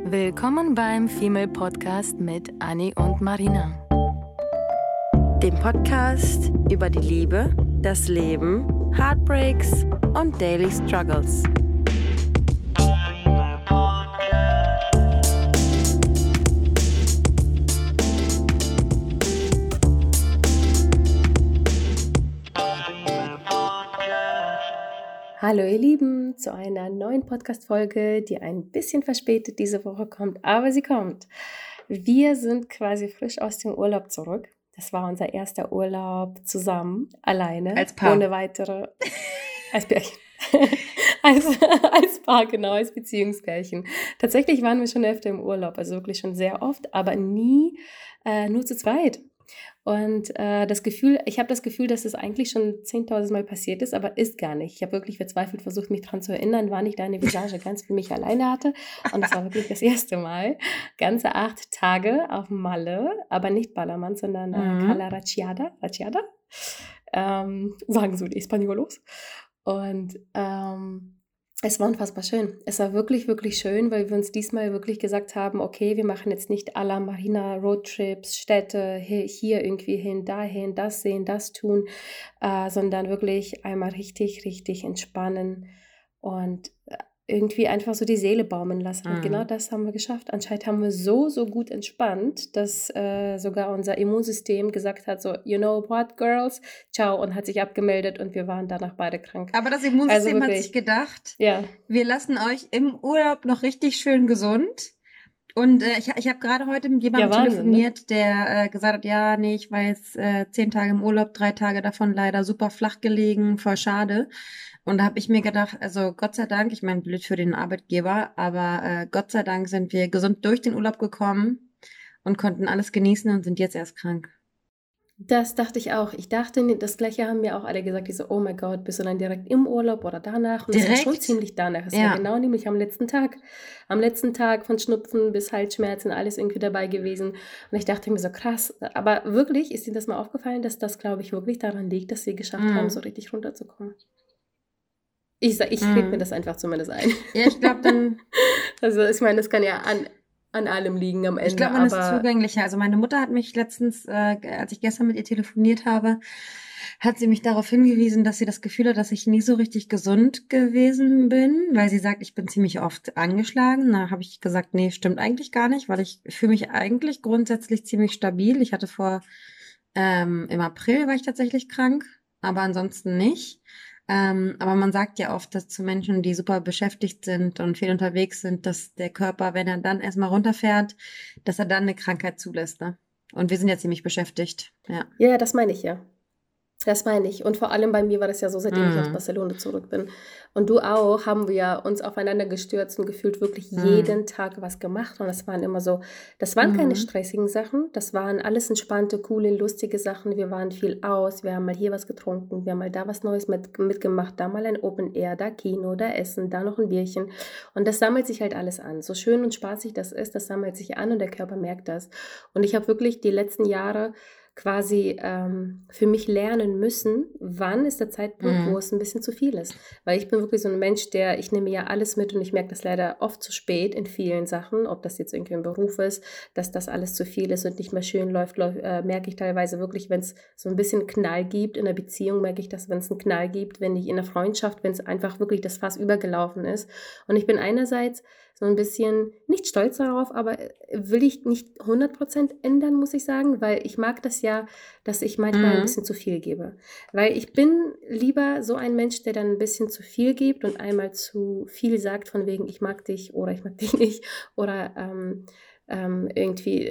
Willkommen beim Female Podcast mit Anni und Marina. Dem Podcast über die Liebe, das Leben, Heartbreaks und Daily Struggles. Hallo ihr Lieben, zu einer neuen Podcast-Folge, die ein bisschen verspätet diese Woche kommt, aber sie kommt. Wir sind quasi frisch aus dem Urlaub zurück. Das war unser erster Urlaub zusammen, alleine, Als Paar. ohne weitere, als Pärchen. als Paar, genau, als Beziehungspärchen. Tatsächlich waren wir schon öfter im Urlaub, also wirklich schon sehr oft, aber nie nur zu zweit. Und ich habe das Gefühl, dass es eigentlich schon 10.000 Mal passiert ist, aber ist gar nicht. Ich habe wirklich verzweifelt versucht, mich daran zu erinnern, wann ich da eine Visage ganz für mich alleine hatte. Und das war wirklich das erste Mal. Ganze 8 Tage auf Malle, aber nicht Ballermann, sondern Cala Ratchada. Sagen so die Espanolos. Und es war unfassbar schön. Es war wirklich, wirklich schön, weil wir uns diesmal wirklich gesagt haben, okay, wir machen jetzt nicht à la Marina Roadtrips, Städte, hier irgendwie hin, dahin, das sehen, das tun, sondern wirklich einmal richtig, richtig entspannen und irgendwie einfach so die Seele baumeln lassen. Und genau das haben wir geschafft. Anscheinend haben wir so gut entspannt, dass sogar unser Immunsystem gesagt hat, so, you know what, girls, ciao, und hat sich abgemeldet und wir waren danach beide krank. Aber das Immunsystem Also hat wirklich, sich gedacht, ja, wir lassen euch im Urlaub noch richtig schön gesund. Und ich habe gerade heute mit jemandem ja, Wahnsinn, ne? telefoniert, der gesagt hat, ja, nee, ich war jetzt 10 Tage im Urlaub, 3 Tage davon leider super flach gelegen, voll schade. Und da habe ich mir gedacht, also Gott sei Dank, ich meine, blöd für den Arbeitgeber, aber Gott sei Dank sind wir gesund durch den Urlaub gekommen und konnten alles genießen und sind jetzt erst krank. Das dachte ich auch. Ich dachte, das Gleiche haben mir auch alle gesagt, die so, oh mein Gott, bist du dann direkt im Urlaub oder danach? Und es war schon Direkt? ziemlich danach. Es Ja. war genau nämlich am letzten Tag von Schnupfen bis Halsschmerzen, alles irgendwie dabei gewesen. Und ich dachte mir so, krass. Aber wirklich, ist dir das mal aufgefallen, dass das, glaube ich, wirklich daran liegt, dass wir geschafft haben, so richtig runterzukommen? Ich rede mir das einfach zumindest ein. Ja, ich glaube dann... Also ich meine, das kann ja an allem liegen am Ende. Ich glaube, man ist aber zugänglicher. Also meine Mutter hat mich letztens, als ich gestern mit ihr telefoniert habe, hat sie mich darauf hingewiesen, dass sie das Gefühl hat, dass ich nie so richtig gesund gewesen bin, weil sie sagt, ich bin ziemlich oft angeschlagen. Da habe ich gesagt, nee, stimmt eigentlich gar nicht, weil ich fühle mich eigentlich grundsätzlich ziemlich stabil. Ich hatte im April war ich tatsächlich krank, aber ansonsten nicht. Aber man sagt ja oft, dass zu Menschen, die super beschäftigt sind und viel unterwegs sind, dass der Körper, wenn er dann erstmal runterfährt, dass er dann eine Krankheit zulässt, ne? Und wir sind ja ziemlich beschäftigt, ja. ja, das meine ich ja. Das meine ich. Und vor allem bei mir war das ja so, seitdem ich aus Barcelona zurück bin. Und du auch, haben wir uns aufeinander gestürzt und gefühlt wirklich jeden Tag was gemacht. Und das waren keine stressigen Sachen. Das waren alles entspannte, coole, lustige Sachen. Wir waren viel aus. Wir haben mal hier was getrunken. Wir haben mal da was Neues mitgemacht. Da mal ein Open Air, da Kino, da Essen, da noch ein Bierchen. Und das sammelt sich halt alles an. So schön und spaßig das ist, das sammelt sich an und der Körper merkt das. Und ich habe wirklich die letzten Jahre quasi für mich lernen müssen, wann ist der Zeitpunkt, wo es ein bisschen zu viel ist. Weil ich bin wirklich so ein Mensch, ich nehme ja alles mit und ich merke das leider oft zu spät in vielen Sachen, ob das jetzt irgendwie im Beruf ist, dass das alles zu viel ist und nicht mehr schön läuft, merke ich teilweise wirklich, wenn es so ein bisschen Knall gibt in der Beziehung, merke ich das, wenn es einen Knall gibt, wenn ich in der Freundschaft, wenn es einfach wirklich das Fass übergelaufen ist. Und ich bin einerseits so ein bisschen nicht stolz darauf, aber will ich nicht 100% ändern, muss ich sagen, weil ich mag das ja, dass ich manchmal ein bisschen zu viel gebe. Weil ich bin lieber so ein Mensch, der dann ein bisschen zu viel gibt und einmal zu viel sagt von wegen, ich mag dich oder ich mag dich nicht oder irgendwie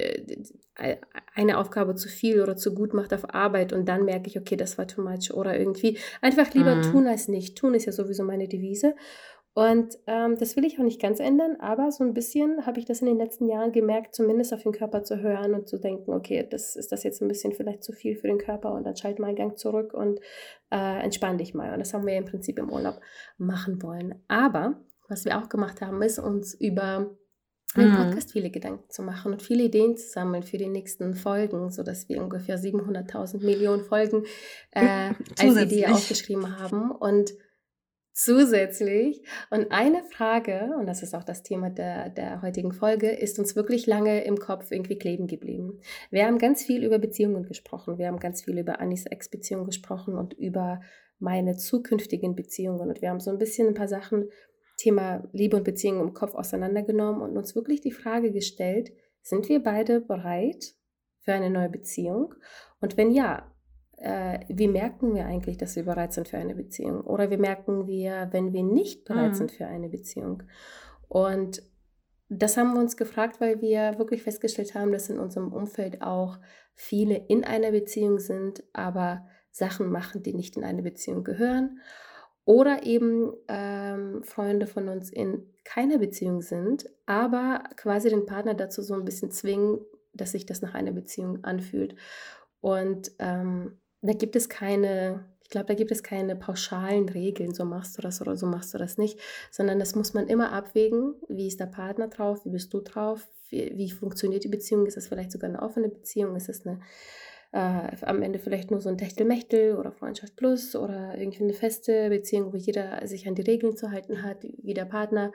eine Aufgabe zu viel oder zu gut macht auf Arbeit und dann merke ich, okay, das war too much oder irgendwie einfach lieber tun als nicht. Tun ist ja sowieso meine Devise. Und das will ich auch nicht ganz ändern, aber so ein bisschen habe ich das in den letzten Jahren gemerkt, zumindest auf den Körper zu hören und zu denken, okay, ist das jetzt ein bisschen vielleicht zu viel für den Körper und dann schalte mal einen Gang zurück und entspann dich mal. Und das haben wir im Prinzip im Urlaub machen wollen. Aber was wir auch gemacht haben, ist uns über den Podcast viele Gedanken zu machen und viele Ideen zu sammeln für die nächsten Folgen, sodass wir ungefähr 700.000 Millionen Folgen als Idee aufgeschrieben haben. Und Zusätzlich, und eine Frage, und das ist auch das Thema der heutigen Folge, ist uns wirklich lange im Kopf irgendwie kleben geblieben. Wir haben ganz viel über Beziehungen gesprochen. Wir haben ganz viel über Anis Ex-Beziehung gesprochen und über meine zukünftigen Beziehungen. Und wir haben so ein bisschen ein paar Sachen, Thema Liebe und Beziehung im Kopf auseinandergenommen und uns wirklich die Frage gestellt, sind wir beide bereit für eine neue Beziehung? Und wenn ja, wie merken wir eigentlich, dass wir bereit sind für eine Beziehung? Oder wie merken wir, wenn wir nicht bereit sind für eine Beziehung? Und das haben wir uns gefragt, weil wir wirklich festgestellt haben, dass in unserem Umfeld auch viele in einer Beziehung sind, aber Sachen machen, die nicht in eine Beziehung gehören. Oder eben Freunde von uns in keiner Beziehung sind, aber quasi den Partner dazu so ein bisschen zwingen, dass sich das nach einer Beziehung anfühlt. Und da gibt es keine pauschalen Regeln, so machst du das oder so machst du das nicht, sondern das muss man immer abwägen, wie ist der Partner drauf, wie bist du drauf, wie funktioniert die Beziehung, ist das vielleicht sogar eine offene Beziehung, ist es am Ende vielleicht nur so ein Techtelmechtel oder Freundschaft plus oder irgendwie eine feste Beziehung, wo jeder sich an die Regeln zu halten hat, wie der Partner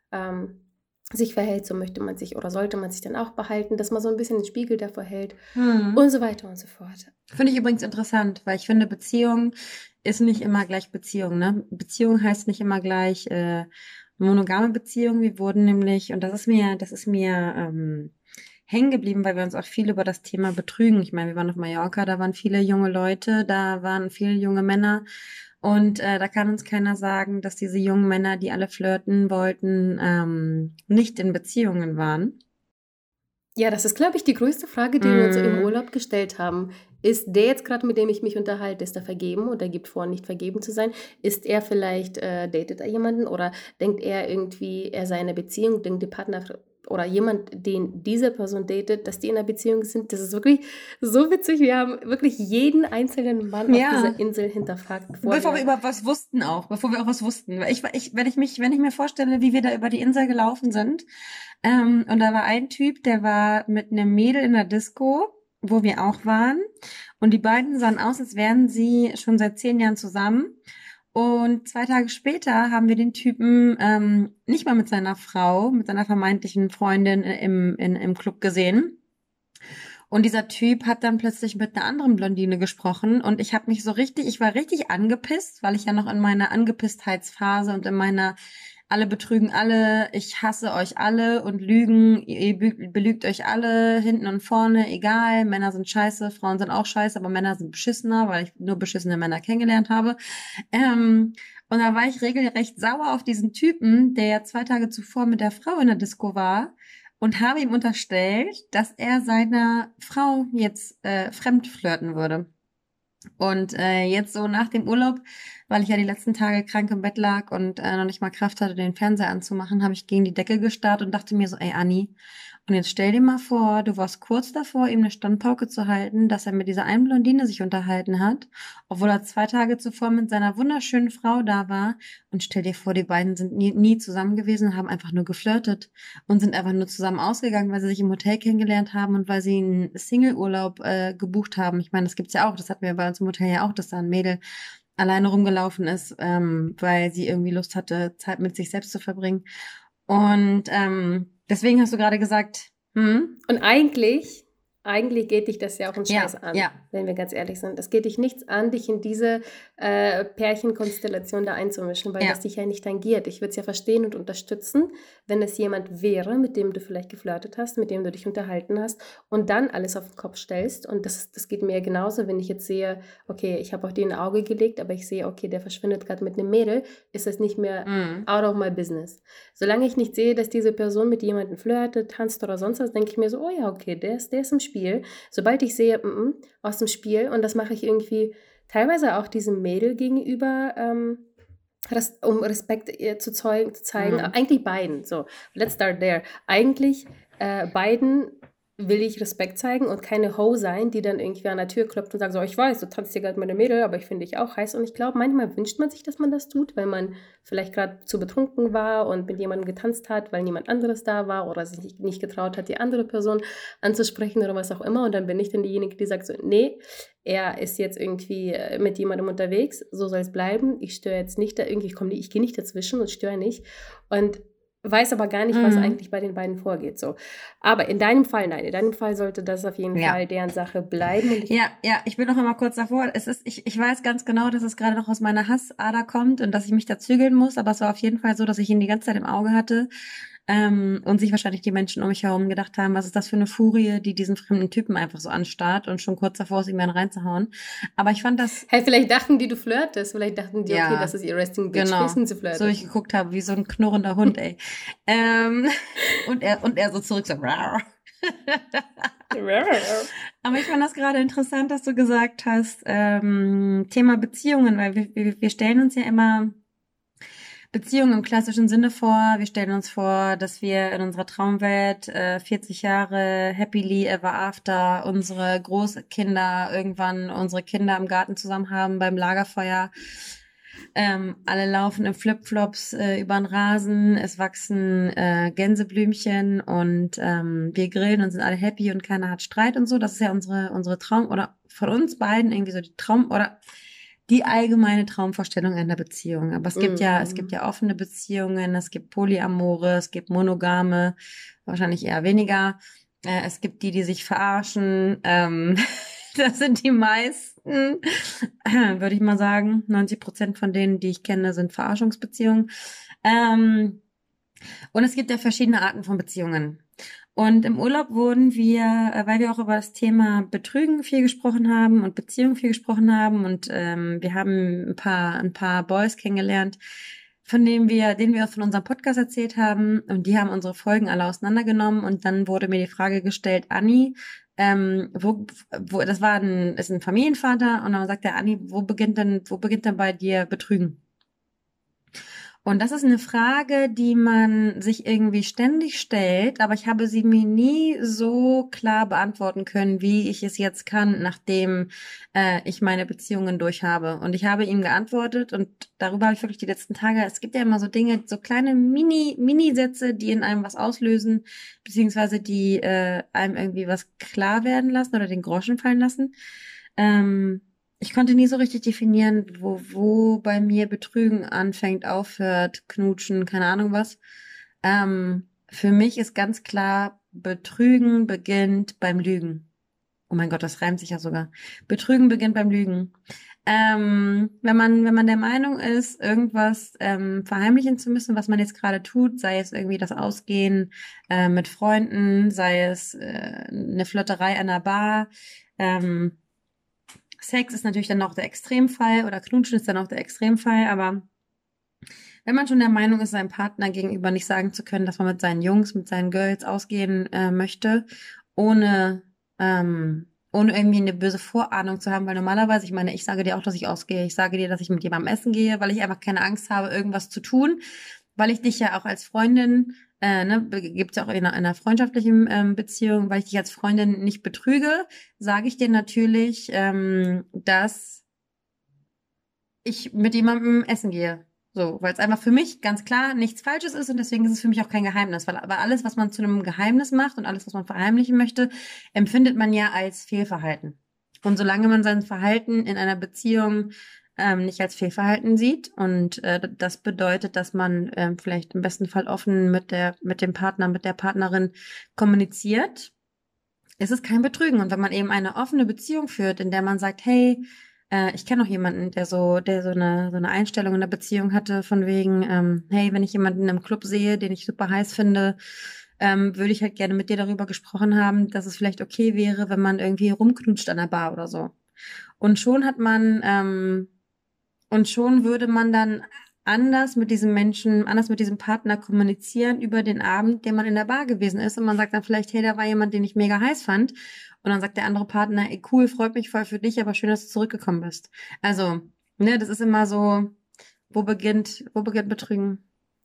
sich verhält, so möchte man sich oder sollte man sich dann auch behalten, dass man so ein bisschen den Spiegel davor hält und so weiter und so fort. Finde ich übrigens interessant, weil ich finde, Beziehung ist nicht immer gleich Beziehung, ne? Beziehung heißt nicht immer gleich monogame Beziehung. Wir wurden nämlich, und das ist mir hängen geblieben, weil wir uns auch viel über das Thema Betrügen. Ich meine, wir waren auf Mallorca, da waren viele junge Leute, da waren viele junge Männer. Und da kann uns keiner sagen, dass diese jungen Männer, die alle flirten wollten, nicht in Beziehungen waren. Ja, das ist, glaube ich, die größte Frage, die wir uns im Urlaub gestellt haben. Ist der jetzt gerade, mit dem ich mich unterhalte, ist er vergeben oder gibt vor, nicht vergeben zu sein? Ist er vielleicht, datet er jemanden oder denkt er irgendwie, er sei in einer Beziehung, denkt die Partner oder jemand, den diese Person datet, dass die in einer Beziehung sind? Das ist wirklich so witzig. Wir haben wirklich jeden einzelnen Mann auf dieser Insel hinterfragt. Bevor wir auch was wussten. Weil wenn ich mir vorstelle, wie wir da über die Insel gelaufen sind, und da war ein Typ, der war mit einem Mädel in der Disco, wo wir auch waren. Und die beiden sahen aus, als wären sie schon seit 10 Jahren zusammen. Und 2 Tage später haben wir den Typen nicht mal mit seiner Frau, mit seiner vermeintlichen Freundin im Club gesehen. Und dieser Typ hat dann plötzlich mit einer anderen Blondine gesprochen. Und ich war richtig angepisst, weil ich ja noch in meiner Angepisstheitsphase und in meiner alle betrügen alle, ich hasse euch alle und lügen, ihr belügt euch alle, hinten und vorne, egal, Männer sind scheiße, Frauen sind auch scheiße, aber Männer sind beschissener, weil ich nur beschissene Männer kennengelernt habe. Und da war ich regelrecht sauer auf diesen Typen, der ja 2 Tage zuvor mit der Frau in der Disco war und habe ihm unterstellt, dass er seiner Frau jetzt fremd flirten würde. Und jetzt so nach dem Urlaub, weil ich ja die letzten Tage krank im Bett lag und noch nicht mal Kraft hatte, den Fernseher anzumachen, habe ich gegen die Decke gestarrt und dachte mir so, ey Anni, und jetzt stell dir mal vor, du warst kurz davor, ihm eine Standpauke zu halten, dass er mit dieser einen Blondine sich unterhalten hat, obwohl er 2 Tage zuvor mit seiner wunderschönen Frau da war. Und stell dir vor, die beiden sind nie zusammen gewesen, haben einfach nur geflirtet und sind einfach nur zusammen ausgegangen, weil sie sich im Hotel kennengelernt haben und weil sie einen Single-Urlaub gebucht haben. Ich meine, das gibt's ja auch, das hatten wir bei uns im Hotel ja auch, dass da ein Mädel alleine rumgelaufen ist, weil sie irgendwie Lust hatte, Zeit mit sich selbst zu verbringen. Und deswegen hast du gerade gesagt, Und eigentlich geht dich das ja auch einen Scheiß an, wenn wir ganz ehrlich sind. Es geht dich nichts an, dich in diese Pärchenkonstellation da einzumischen, weil das dich ja nicht tangiert. Ich würde es ja verstehen und unterstützen, wenn es jemand wäre, mit dem du vielleicht geflirtet hast, mit dem du dich unterhalten hast und dann alles auf den Kopf stellst. Und das geht mir genauso, wenn ich jetzt sehe, okay, ich habe auf den ein Auge gelegt, aber ich sehe, okay, der verschwindet gerade mit einem Mädel, ist das nicht mehr out of my business. Solange ich nicht sehe, dass diese Person mit jemandem flirtet, tanzt oder sonst was, denke ich mir so, oh ja, okay, der ist im Spiel. Sobald ich sehe, aus dem Spiel, und das mache ich irgendwie teilweise auch diesem Mädel gegenüber, um Respekt zu zeigen, eigentlich beiden, so, let's start there, eigentlich beiden will ich Respekt zeigen und keine Ho sein, die dann irgendwie an der Tür klopft und sagt, so, ich weiß, du tanzt hier gerade mit einem Mädel, aber ich finde dich auch heiß. Und ich glaube, manchmal wünscht man sich, dass man das tut, weil man vielleicht gerade zu betrunken war und mit jemandem getanzt hat, weil niemand anderes da war oder sich nicht getraut hat, die andere Person anzusprechen oder was auch immer. Und dann bin ich dann diejenige, die sagt so, nee, er ist jetzt irgendwie mit jemandem unterwegs, so soll es bleiben. Ich störe jetzt nicht da irgendwie, ich gehe nicht dazwischen und störe nicht. Und weiß aber gar nicht, was eigentlich bei den beiden vorgeht. So. Aber in deinem Fall, nein, in deinem Fall sollte das auf jeden Fall deren Sache bleiben. Und ich bin noch immer kurz davor. Ich weiß ganz genau, dass es gerade noch aus meiner Hassader kommt und dass ich mich da zügeln muss, aber es war auf jeden Fall so, dass ich ihn die ganze Zeit im Auge hatte. Und sich wahrscheinlich die Menschen um mich herum gedacht haben, was ist das für eine Furie, die diesen fremden Typen einfach so anstarrt und schon kurz davor ist, ihm dann reinzuhauen. Aber ich fand das... Hey, vielleicht dachten die, du flirtest. Vielleicht dachten die, okay, das ist ihr Resting Bitch, wissen zu flirten. So ich geguckt habe, wie so ein knurrender Hund, ey. und er so zurück so... Aber ich fand das gerade interessant, dass du gesagt hast, Thema Beziehungen, weil wir stellen uns ja immer Beziehungen im klassischen Sinne vor. Wir stellen uns vor, dass wir in unserer Traumwelt 40 Jahre happily ever after unsere Großkinder irgendwann unsere Kinder im Garten zusammen haben beim Lagerfeuer. Alle laufen in Flipflops über den Rasen, es wachsen Gänseblümchen und wir grillen und sind alle happy und keiner hat Streit und so. Das ist ja unsere Traum oder von uns beiden irgendwie so die Traum oder die allgemeine Traumvorstellung einer Beziehung. Aber es gibt ja offene Beziehungen, es gibt Polyamore, es gibt monogame, wahrscheinlich eher weniger. Es gibt die sich verarschen. Das sind die meisten, würde ich mal sagen. 90% von denen, die ich kenne, sind Verarschungsbeziehungen. Und es gibt ja verschiedene Arten von Beziehungen. Und im Urlaub wurden wir, weil wir auch über das Thema Betrügen viel gesprochen haben und Beziehungen viel gesprochen haben und wir haben ein paar Boys kennengelernt, denen wir von unserem Podcast erzählt haben und die haben unsere Folgen alle auseinandergenommen und dann wurde mir die Frage gestellt, Anni, ist ein Familienvater und dann sagt der Anni, wo beginnt denn bei dir Betrügen? Und das ist eine Frage, die man sich irgendwie ständig stellt, aber ich habe sie mir nie so klar beantworten können, wie ich es jetzt kann, nachdem ich meine Beziehungen durch habe. Und ich habe ihm geantwortet und darüber habe ich wirklich die letzten Tage, es gibt ja immer so Dinge, so kleine Mini-Sätze, die in einem was auslösen, beziehungsweise die einem irgendwie was klar werden lassen oder den Groschen fallen lassen. Ich konnte nie so richtig definieren, wo bei mir Betrügen anfängt, aufhört, knutschen, keine Ahnung was. Für mich ist ganz klar, Betrügen beginnt beim Lügen. Oh mein Gott, das reimt sich ja sogar. Betrügen beginnt beim Lügen. Wenn man der Meinung ist, irgendwas verheimlichen zu müssen, was man jetzt gerade tut, sei es irgendwie das Ausgehen mit Freunden, sei es eine Flirterei an der Bar, Sex ist natürlich dann noch der Extremfall oder Knutschen ist dann auch der Extremfall, aber wenn man schon der Meinung ist, seinem Partner gegenüber nicht sagen zu können, dass man mit seinen Jungs, mit seinen Girls ausgehen möchte, ohne irgendwie eine böse Vorahnung zu haben, weil normalerweise, ich meine, ich sage dir auch, dass ich ausgehe, ich sage dir, dass ich mit jemandem essen gehe, weil ich einfach keine Angst habe, irgendwas zu tun, weil ich dich ja auch als Freundin gibt's ja auch in einer freundschaftlichen Beziehung, weil ich dich als Freundin nicht betrüge, sage ich dir natürlich, dass ich mit jemandem essen gehe. So, weil es einfach für mich ganz klar nichts Falsches ist und deswegen ist es für mich auch kein Geheimnis. Weil aber alles, was man zu einem Geheimnis macht und alles, was man verheimlichen möchte, empfindet man ja als Fehlverhalten. Und solange man sein Verhalten in einer Beziehung nicht als Fehlverhalten sieht und das bedeutet, dass man vielleicht im besten Fall offen mit dem Partner, mit der Partnerin kommuniziert, ist es kein Betrügen. Und wenn man eben eine offene Beziehung führt, in der man sagt, hey, ich kenne noch jemanden, der so eine Einstellung in der Beziehung hatte, von wegen, hey, wenn ich jemanden im Club sehe, den ich super heiß finde, würde ich halt gerne mit dir darüber gesprochen haben, dass es vielleicht okay wäre, wenn man irgendwie rumknutscht an der Bar oder so. Und schon würde man dann anders mit diesem Partner kommunizieren über den Abend, den man in der Bar gewesen ist. Und man sagt dann vielleicht, hey, da war jemand, den ich mega heiß fand. Und dann sagt der andere Partner, ey, cool, freut mich voll für dich, aber schön, dass du zurückgekommen bist. Also, das ist immer so, wo beginnt Betrügen?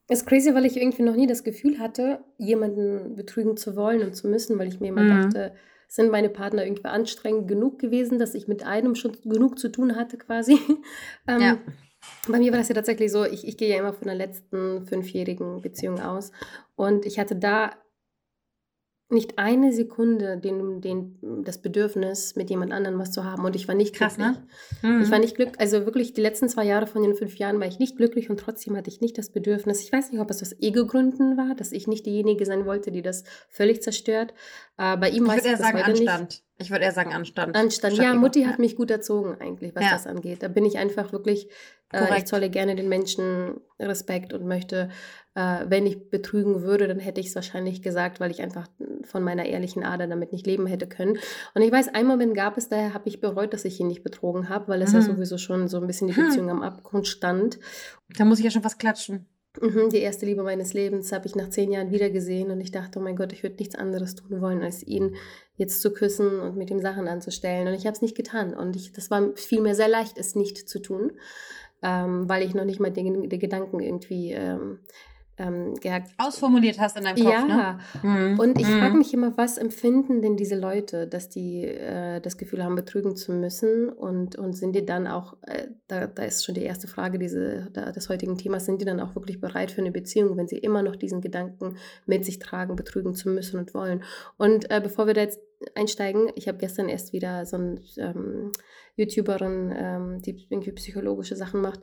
ist crazy, weil ich irgendwie noch nie das Gefühl hatte, jemanden betrügen zu wollen und zu müssen, weil ich mir immer dachte, sind meine Partner irgendwie anstrengend genug gewesen, dass ich mit einem schon genug zu tun hatte quasi. Ja. Bei mir war das ja tatsächlich so, ich gehe ja immer von der letzten 5-jährigen Beziehung aus und ich hatte da nicht eine Sekunde das Bedürfnis, mit jemand anderem was zu haben und ich war nicht Krass, glücklich. ne? Ich war nicht glücklich, also wirklich die letzten 2 Jahre von den 5 Jahren war ich nicht glücklich und trotzdem hatte ich nicht das Bedürfnis. Ich weiß nicht, ob es aus Ego-Gründen war, dass ich nicht diejenige sein wollte, die das völlig zerstört. Bei ihm Ich weiß würde ich eher das sagen heute nicht. Anstand. Ich würde eher sagen Anstand. Anstand. statt Ja, Ego. Mutti Ja. hat mich gut erzogen eigentlich, was Ja. das angeht. Da bin ich einfach wirklich, ich Korrekt. zolle gerne den Menschen Respekt und möchte, wenn ich betrügen würde, dann hätte ich es wahrscheinlich gesagt, weil ich einfach von meiner ehrlichen Ader damit nicht leben hätte können. Und ich weiß, einen Moment gab es, daher habe ich bereut, dass ich ihn nicht betrogen habe, weil es ja sowieso schon so ein bisschen die Beziehung am Abgrund stand. Da muss ich ja schon was klatschen. Die erste Liebe meines Lebens habe ich nach 10 Jahren wieder gesehen und ich dachte, oh mein Gott, ich würde nichts anderes tun wollen, als ihn jetzt zu küssen und mit ihm Sachen anzustellen. Und ich habe es nicht getan. Und das war vielmehr sehr leicht, es nicht zu tun, weil ich noch nicht mal die Gedanken irgendwie Ausformuliert hast in deinem Kopf, ja, ne? und ich frage mich immer, was empfinden denn diese Leute, dass die das Gefühl haben, betrügen zu müssen und sind die dann auch, da ist schon die erste Frage des heutigen Themas, sind die dann auch wirklich bereit für eine Beziehung, wenn sie immer noch diesen Gedanken mit sich tragen, betrügen zu müssen und wollen. Und bevor wir da jetzt einsteigen, ich habe gestern erst wieder so eine YouTuberin, die irgendwie psychologische Sachen macht,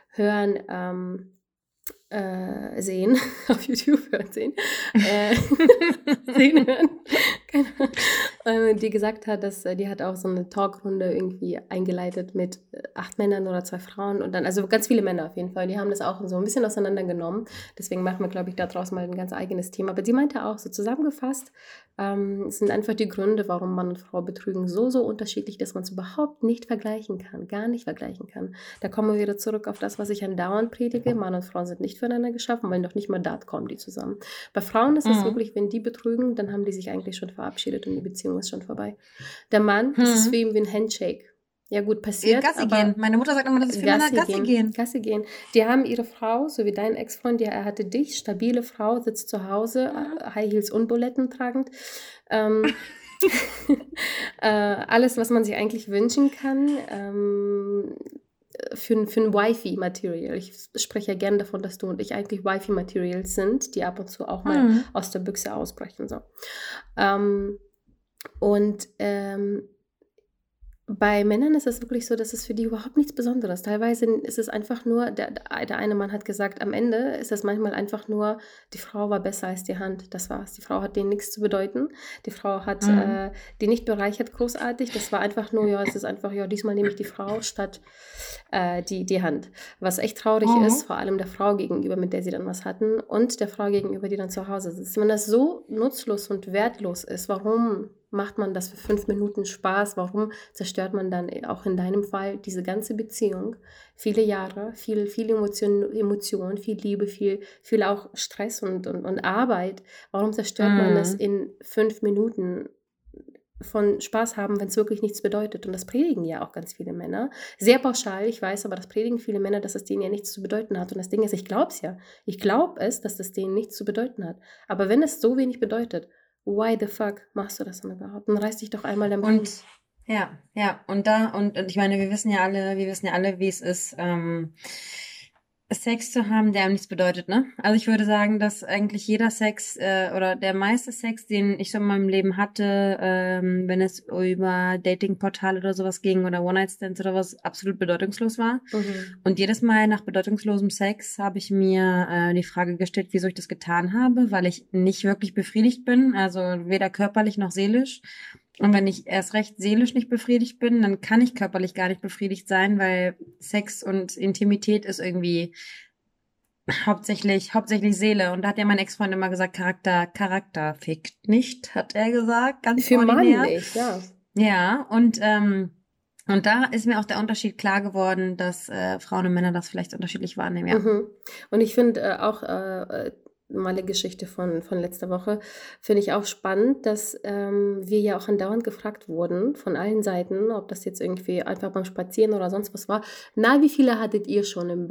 sehen, auf YouTube sehen, hören, keine Ahnung, die gesagt hat, dass die hat auch so eine Talkrunde irgendwie eingeleitet mit 8 Männern oder 2 Frauen und dann, also ganz viele Männer auf jeden Fall, die haben das auch so ein bisschen auseinandergenommen, deswegen machen wir, glaube ich, daraus mal ein ganz eigenes Thema, aber sie meinte auch, so zusammengefasst, es sind einfach die Gründe, warum Mann und Frau betrügen, so unterschiedlich, dass man es überhaupt nicht vergleichen kann, gar nicht vergleichen kann. Da kommen wir wieder zurück auf das, was ich andauernd predige, Mann und Frau sind nicht füreinander geschaffen, weil noch nicht mal da kommen die zusammen. Bei Frauen ist es wirklich, wenn die betrügen, dann haben die sich eigentlich schon verabschiedet und die Beziehung ist schon vorbei. Der Mann, das ist für ihn wie ein Handshake. Ja gut, passiert, Gassi aber gehen. Meine Mutter sagt immer, das ist für Männer Gassi gehen. Gassi gehen. Die haben ihre Frau, so wie dein Ex-Freund, er hatte dich, stabile Frau, sitzt zu Hause, High Heels und Buletten tragend. Alles, was man sich eigentlich wünschen kann, für ein Wifi-Material. Ich spreche ja gerne davon, dass du und ich eigentlich Wifi-Materials sind, die ab und zu auch mal aus der Büchse ausbrechen. So. Bei Männern ist es wirklich so, dass es für die überhaupt nichts Besonderes. Teilweise ist es einfach nur, der eine Mann hat gesagt, am Ende ist es manchmal einfach nur, die Frau war besser als die Hand, das war's. Die Frau hat denen nichts zu bedeuten. Die Frau hat die nicht bereichert großartig. Das war einfach nur, ja, es ist einfach, ja, diesmal nehme ich die Frau statt die Hand. Was echt traurig ist, vor allem der Frau gegenüber, mit der sie dann was hatten und der Frau gegenüber, die dann zu Hause sitzt. Wenn das so nutzlos und wertlos ist, warum macht man das für 5 Minuten Spaß? Warum zerstört man dann auch in deinem Fall diese ganze Beziehung? Viele Jahre, viel Emotion, viel Liebe, viel auch Stress und Arbeit. Warum zerstört man das in 5 Minuten von Spaß haben, wenn es wirklich nichts bedeutet? Und das predigen ja auch ganz viele Männer. Sehr pauschal, ich weiß, aber das predigen viele Männer, dass es denen ja nichts zu bedeuten hat. Und das Ding ist, ich glaube es ja. Ich glaube es, dass das denen nichts zu bedeuten hat. Aber wenn es so wenig bedeutet, why the fuck machst du das dann überhaupt? Dann reiß dich doch einmal am Bein. Und und ich meine, wir wissen ja alle, wie es ist, Sex zu haben, der einem nichts bedeutet, ne? Also ich würde sagen, dass eigentlich jeder Sex oder der meiste Sex, den ich so in meinem Leben hatte, wenn es über Datingportale oder sowas ging oder One-Night-Stands oder was, absolut bedeutungslos war. Und jedes Mal nach bedeutungslosem Sex habe ich mir die Frage gestellt, wieso ich das getan habe, weil ich nicht wirklich befriedigt bin, also weder körperlich noch seelisch. Und wenn ich erst recht seelisch nicht befriedigt bin, dann kann ich körperlich gar nicht befriedigt sein, weil Sex und Intimität ist irgendwie hauptsächlich Seele. Und da hat ja mein Ex-Freund immer gesagt, Charakter fickt nicht, hat er gesagt, ganz für ordinär. Mann nicht, ja. Ja, und da ist mir auch der Unterschied klar geworden, dass Frauen und Männer das vielleicht unterschiedlich wahrnehmen, ja. Und ich finde auch meine Geschichte von letzter Woche, finde ich auch spannend, dass wir ja auch andauernd gefragt wurden von allen Seiten, ob das jetzt irgendwie einfach beim Spazieren oder sonst was war. Na, wie viele hattet ihr schon im Bett?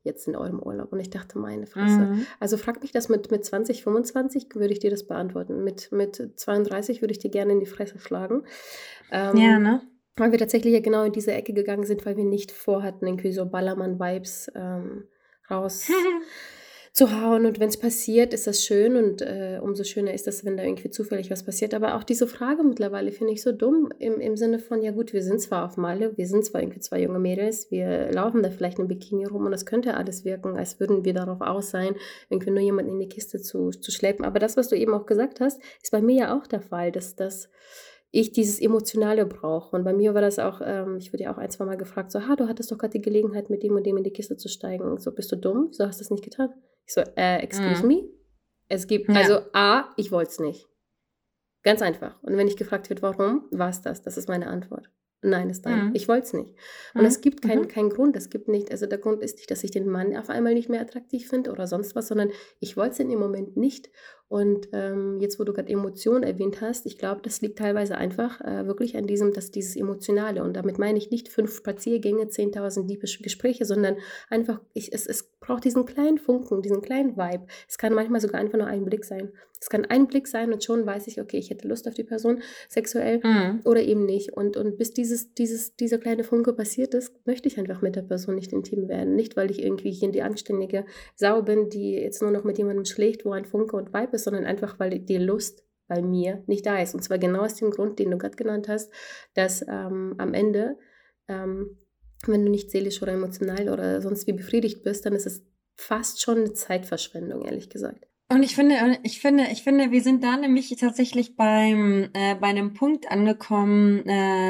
jetzt in eurem Urlaub? Und ich dachte, meine Fresse. Also frag mich das mit 20, 25, würde ich dir das beantworten. Mit 32 würde ich dir gerne in die Fresse schlagen. Ja, ne? Weil wir tatsächlich ja genau in diese Ecke gegangen sind, weil wir nicht vorhatten, irgendwie so Ballermann-Vibes raus zu hauen. Und wenn es passiert, ist das schön und umso schöner ist das, wenn da irgendwie zufällig was passiert. Aber auch diese Frage mittlerweile finde ich so dumm im Sinne von, ja gut, wir sind zwar auf Malle, wir sind zwar irgendwie 2 junge Mädels, wir laufen da vielleicht in Bikini rum und das könnte alles wirken, als würden wir darauf aus sein, irgendwie nur jemanden in die Kiste zu schleppen. Aber das, was du eben auch gesagt hast, ist bei mir ja auch der Fall, dass ich dieses Emotionale brauche. Und bei mir war das auch, ich wurde ja auch 1, 2 Mal gefragt, so, du hattest doch gerade die Gelegenheit, mit dem und dem in die Kiste zu steigen. So, bist du dumm? Wieso hast du das nicht getan? Ich so, excuse me? Es gibt, also ich wollte es nicht. Ganz einfach. Und wenn ich gefragt wird, warum, war es das. Das ist meine Antwort. Nein, ist nein. Ich wollte es nicht. Und es gibt keinen Grund. Es gibt nicht, also der Grund ist nicht, dass ich den Mann auf einmal nicht mehr attraktiv finde oder sonst was, sondern ich wollte es in dem Moment nicht. Und jetzt, wo du gerade Emotionen erwähnt hast, ich glaube, das liegt teilweise einfach wirklich an dieses Emotionale. Und damit meine ich nicht 5 Spaziergänge, 10.000 liebe Gespräche, sondern einfach, es braucht diesen kleinen Funken, diesen kleinen Vibe. Es kann manchmal sogar einfach nur ein Blick sein. Es kann ein Blick sein und schon weiß ich, okay, ich hätte Lust auf die Person sexuell oder eben nicht. Und bis dieser kleine Funke passiert ist, möchte ich einfach mit der Person nicht intim werden. Nicht, weil ich irgendwie hier die anständige Sau bin, die jetzt nur noch mit jemandem schlägt, wo ein Funke und Vibe ist, sondern einfach, weil die Lust bei mir nicht da ist. Und zwar genau aus dem Grund, den du gerade genannt hast, dass am Ende, wenn du nicht seelisch oder emotional oder sonst wie befriedigt bist, dann ist es fast schon eine Zeitverschwendung, ehrlich gesagt. Und ich finde, wir sind da nämlich tatsächlich bei einem Punkt angekommen,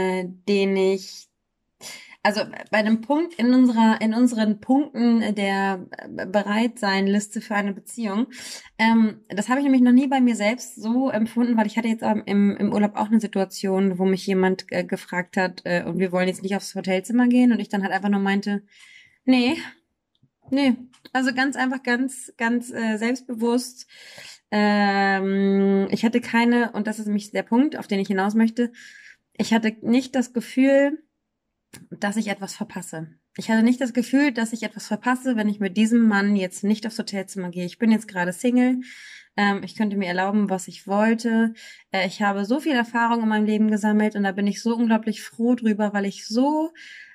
bei einem Punkt in unseren Punkten der Bereitsein-Liste für eine Beziehung. Das habe ich nämlich noch nie bei mir selbst so empfunden, weil ich hatte jetzt im Urlaub auch eine Situation, wo mich jemand gefragt hat, und wir wollen jetzt nicht aufs Hotelzimmer gehen, und ich dann halt einfach nur meinte, nee, also ganz einfach, ganz selbstbewusst. Ich hatte keine, und das ist nämlich der Punkt, auf den ich hinaus möchte, ich hatte nicht das Gefühl, dass ich etwas verpasse. Ich hatte nicht das Gefühl, dass ich etwas verpasse, wenn ich mit diesem Mann jetzt nicht aufs Hotelzimmer gehe. Ich bin jetzt gerade Single. Ich könnte mir erlauben, was ich wollte. Ich habe so viel Erfahrung in meinem Leben gesammelt und da bin ich so unglaublich froh drüber, weil ich so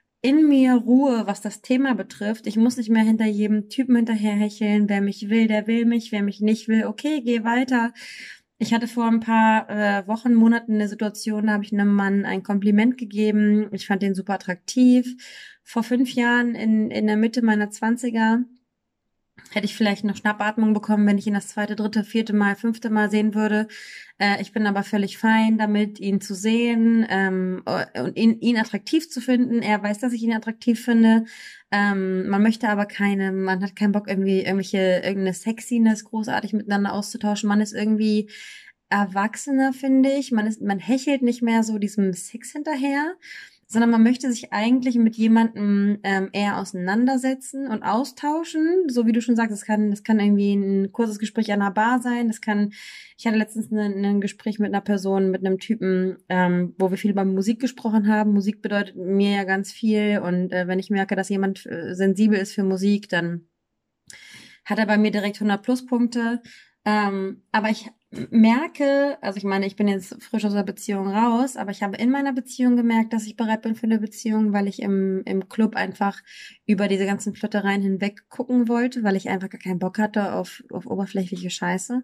in mir Ruhe, was das Thema betrifft. Ich muss nicht mehr hinter jedem Typen hinterherhecheln. Wer mich will, der will mich. Wer mich nicht will, okay, geh weiter. Ich hatte vor ein paar Wochen, Monaten eine Situation, da habe ich einem Mann ein Kompliment gegeben. Ich fand den super attraktiv. Vor 5 Jahren in der Mitte meiner 20er hätte ich vielleicht noch Schnappatmung bekommen, wenn ich ihn das 2., 3., 4. Mal, 5. Mal sehen würde. Ich bin aber völlig fein damit, ihn zu sehen und ihn attraktiv zu finden. Er weiß, dass ich ihn attraktiv finde. Man möchte aber man hat keinen Bock, irgendeine Sexiness großartig miteinander auszutauschen. Man ist irgendwie erwachsener, finde ich. Man hechelt nicht mehr so diesem Sex hinterher, sondern man möchte sich eigentlich mit jemandem eher auseinandersetzen und austauschen. So wie du schon sagst, das kann irgendwie ein kurzes Gespräch an einer Bar sein. Ich hatte letztens ein Gespräch mit einer Person, mit einem Typen, wo wir viel über Musik gesprochen haben. Musik bedeutet mir ja ganz viel und wenn ich merke, dass jemand sensibel ist für Musik, dann hat er bei mir direkt 100 Pluspunkte. Aber ich merke, also ich meine, ich bin jetzt frisch aus der Beziehung raus, aber ich habe in meiner Beziehung gemerkt, dass ich bereit bin für eine Beziehung, weil ich im Club einfach über diese ganzen Flirtereien hinweg gucken wollte, weil ich einfach gar keinen Bock hatte auf oberflächliche Scheiße.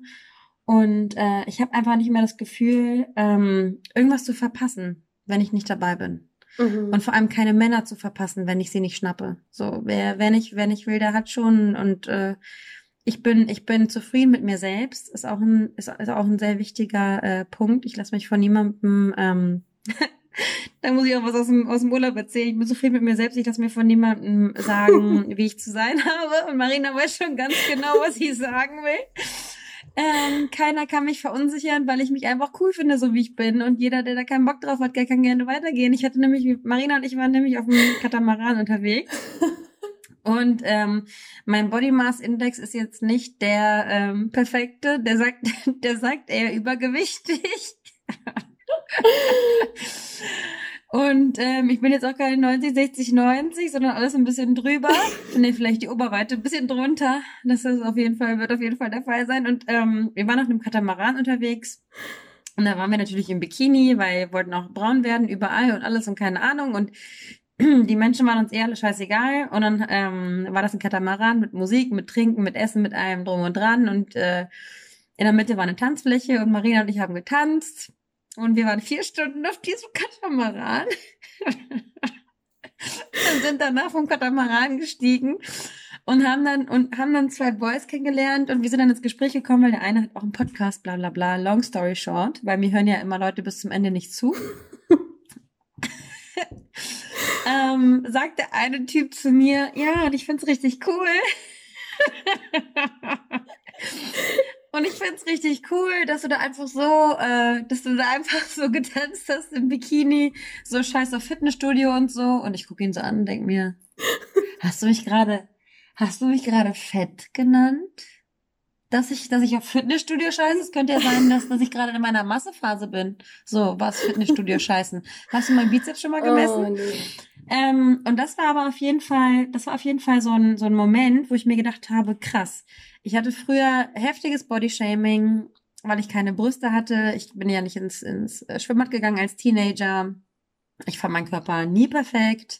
Und ich habe einfach nicht mehr das Gefühl, irgendwas zu verpassen, wenn ich nicht dabei bin. Und vor allem keine Männer zu verpassen, wenn ich sie nicht schnappe. So, wer nicht will, der hat schon. Und ich bin zufrieden mit mir selbst. Ist auch ein sehr wichtiger Punkt. Ich lasse mich von niemandem, da muss ich auch was aus dem Urlaub erzählen. Ich bin zufrieden mit mir selbst. Ich lasse mir von niemandem sagen, wie ich zu sein habe. Und Marina weiß schon ganz genau, was ich sagen will. Keiner kann mich verunsichern, weil ich mich einfach cool finde, so wie ich bin. Und jeder, der da keinen Bock drauf hat, der kann gerne weitergehen. Marina und ich waren nämlich auf dem Katamaran unterwegs. Und mein Body Mass Index ist jetzt nicht der perfekte, der sagt eher übergewichtig. Und ich bin jetzt auch keine 90, 60, 90, sondern alles ein bisschen drüber. Nee, vielleicht die Oberweite ein bisschen drunter. Das ist wird auf jeden Fall der Fall sein. Und wir waren auf einem Katamaran unterwegs. Und da waren wir natürlich im Bikini, weil wir wollten auch braun werden, überall und alles und keine Ahnung. Und die Menschen waren uns eher alle scheißegal. Und dann war das ein Katamaran mit Musik, mit Trinken, mit Essen, mit allem drum und dran. Und in der Mitte war eine Tanzfläche und Marina und ich haben getanzt. Und wir waren 4 Stunden auf diesem Katamaran. Und sind danach vom Katamaran gestiegen und haben dann 2 Boys kennengelernt und wir sind dann ins Gespräch gekommen, weil der eine hat auch einen Podcast, bla bla bla, long story short, weil mir hören ja immer Leute bis zum Ende nicht zu. Sagt der eine Typ zu mir, ja, und ich find's richtig cool. Und ich find's richtig cool, dass du da einfach so getanzt hast im Bikini, so scheiß auf Fitnessstudio und so. Und ich gucke ihn so an und denk mir, hast du mich gerade fett genannt? Dass ich auf Fitnessstudio scheiße? Es könnte ja sein, dass ich gerade in meiner Massephase bin. So, was Fitnessstudio scheißen. Hast du meinen Bizeps schon mal gemessen? Oh, nee. Und das war auf jeden Fall so ein Moment, wo ich mir gedacht habe, krass. Ich hatte früher heftiges Bodyshaming, weil ich keine Brüste hatte. Ich bin ja nicht ins Schwimmbad gegangen als Teenager. Ich fand meinen Körper nie perfekt.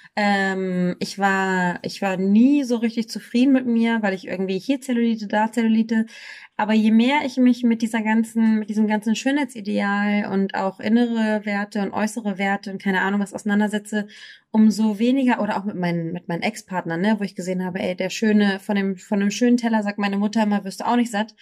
Ich war nie so richtig zufrieden mit mir, weil ich irgendwie hier Zellulite, da Zellulite. Aber je mehr ich mich mit diesem ganzen Schönheitsideal und auch innere Werte und äußere Werte und keine Ahnung was auseinandersetze, umso weniger, oder auch mit meinen Ex-Partnern, ne, wo ich gesehen habe, ey, der Schöne, von dem schönen Teller sagt meine Mutter immer, wirst du auch nicht satt.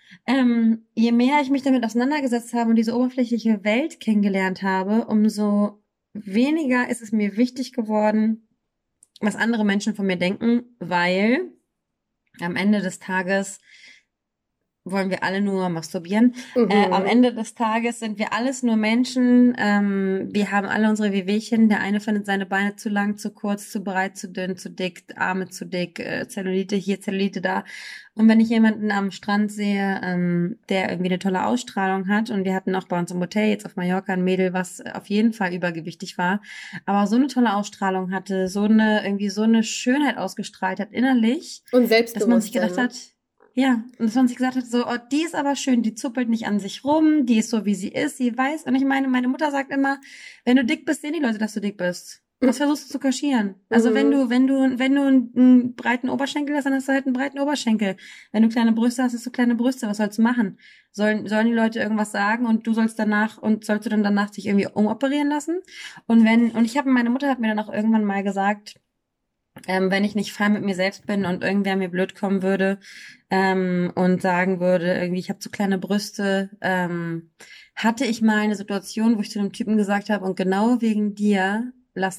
Je mehr ich mich damit auseinandergesetzt habe und diese oberflächliche Welt kennengelernt habe, umso weniger ist es mir wichtig geworden, was andere Menschen von mir denken, weil am Ende des Tages wollen wir alle nur masturbieren. Am Ende des Tages sind wir alles nur Menschen. Wir haben alle unsere Wehwehchen. Der eine findet seine Beine zu lang, zu kurz, zu breit, zu dünn, zu dick, Arme zu dick, Zellulite hier, Zellulite da. Und wenn ich jemanden am Strand sehe, der irgendwie eine tolle Ausstrahlung hat, und wir hatten auch bei uns im Hotel jetzt auf Mallorca ein Mädel, was auf jeden Fall übergewichtig war, aber so eine tolle Ausstrahlung hatte, so eine Schönheit ausgestrahlt hat innerlich, Und dass man sich Selbstbewusstsein. gedacht hat, ja, und dass man sich gesagt hat, so, oh, die ist aber schön, die zuppelt nicht an sich rum, die ist so, wie sie ist, sie weiß. Und ich meine Mutter sagt immer, wenn du dick bist, sehen die Leute, dass du dick bist. Was versuchst du zu kaschieren? Also wenn du einen breiten Oberschenkel hast, dann hast du halt einen breiten Oberschenkel. Wenn du kleine Brüste hast, hast du kleine Brüste. Was sollst du machen? Sollen die Leute irgendwas sagen und sollst du dann danach dich irgendwie umoperieren lassen? Und meine Mutter hat mir dann auch irgendwann mal gesagt, wenn ich nicht fein mit mir selbst bin und irgendwer mir blöd kommen würde und sagen würde, irgendwie, ich habe zu kleine Brüste, hatte ich mal eine Situation, wo ich zu einem Typen gesagt habe, und genau wegen dir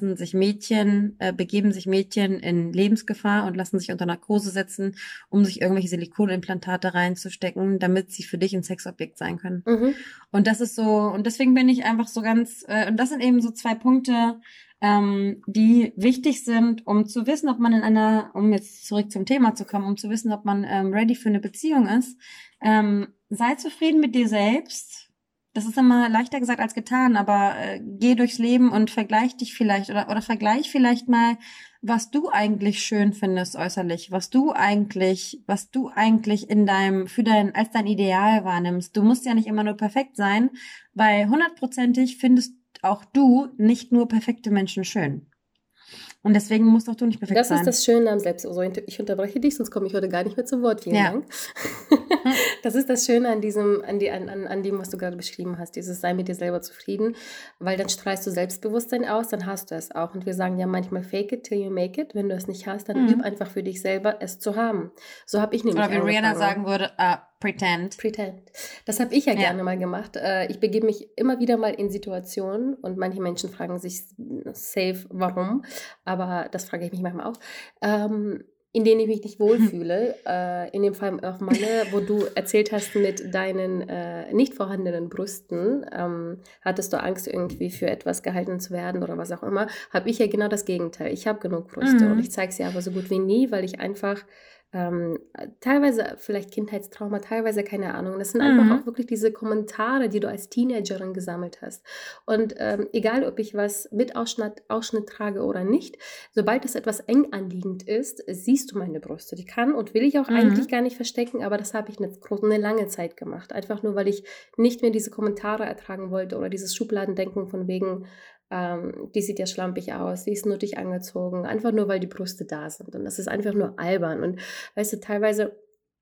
begeben sich Mädchen in Lebensgefahr und lassen sich unter Narkose setzen, um sich irgendwelche Silikonimplantate reinzustecken, damit sie für dich ein Sexobjekt sein können. Und das ist so, und deswegen bin ich einfach so ganz, und das sind eben so 2 Punkte, die wichtig sind, um zu wissen, ob man um jetzt zurück zum Thema zu kommen, um zu wissen, ob man ready für eine Beziehung ist. Sei zufrieden mit dir selbst. Das ist immer leichter gesagt als getan, aber geh durchs Leben und vergleich dich vielleicht oder vergleich vielleicht mal, was du eigentlich schön findest äußerlich, was du eigentlich als dein Ideal wahrnimmst. Du musst ja nicht immer nur perfekt sein, weil 100%ig findest auch du nicht nur perfekte Menschen schön. Und deswegen musst auch du nicht perfekt sein. Das ist das Schöne am Selbst. Also ich unterbreche dich, sonst komme ich heute gar nicht mehr zu Wort. Vielen Dank. Das ist das Schöne an dem, was du gerade beschrieben hast. Dieses sei mit dir selber zufrieden, weil dann strahlst du Selbstbewusstsein aus, dann hast du es auch. Und wir sagen ja manchmal fake it till you make it. Wenn du es nicht hast, dann üb einfach für dich selber, es zu haben. So habe ich nämlich Oder wie Rihanna sagen würde, pretend. Das habe ich ja gerne mal gemacht. Ich begebe mich immer wieder mal in Situationen und manche Menschen fragen sich safe, warum. Aber das frage ich mich manchmal auch. In denen ich mich nicht wohlfühle. In dem Fall auch meine, wo du erzählt hast mit deinen nicht vorhandenen Brüsten, hattest du Angst irgendwie für etwas gehalten zu werden oder was auch immer, habe ich ja genau das Gegenteil. Ich habe genug Brüste und ich zeige sie aber so gut wie nie, weil ich einfach teilweise vielleicht Kindheitstrauma, teilweise keine Ahnung. Das sind einfach auch wirklich diese Kommentare, die du als Teenagerin gesammelt hast. Und egal, ob ich was mit Ausschnitt trage oder nicht, sobald es etwas eng anliegend ist, siehst du meine Brüste. Die kann und will ich auch eigentlich gar nicht verstecken, aber das habe ich eine lange Zeit gemacht. Einfach nur, weil ich nicht mehr diese Kommentare ertragen wollte oder dieses Schubladendenken von wegen, die sieht ja schlampig aus, die ist nuttig angezogen, einfach nur, weil die Brüste da sind. Und das ist einfach nur albern. Und weißt du, teilweise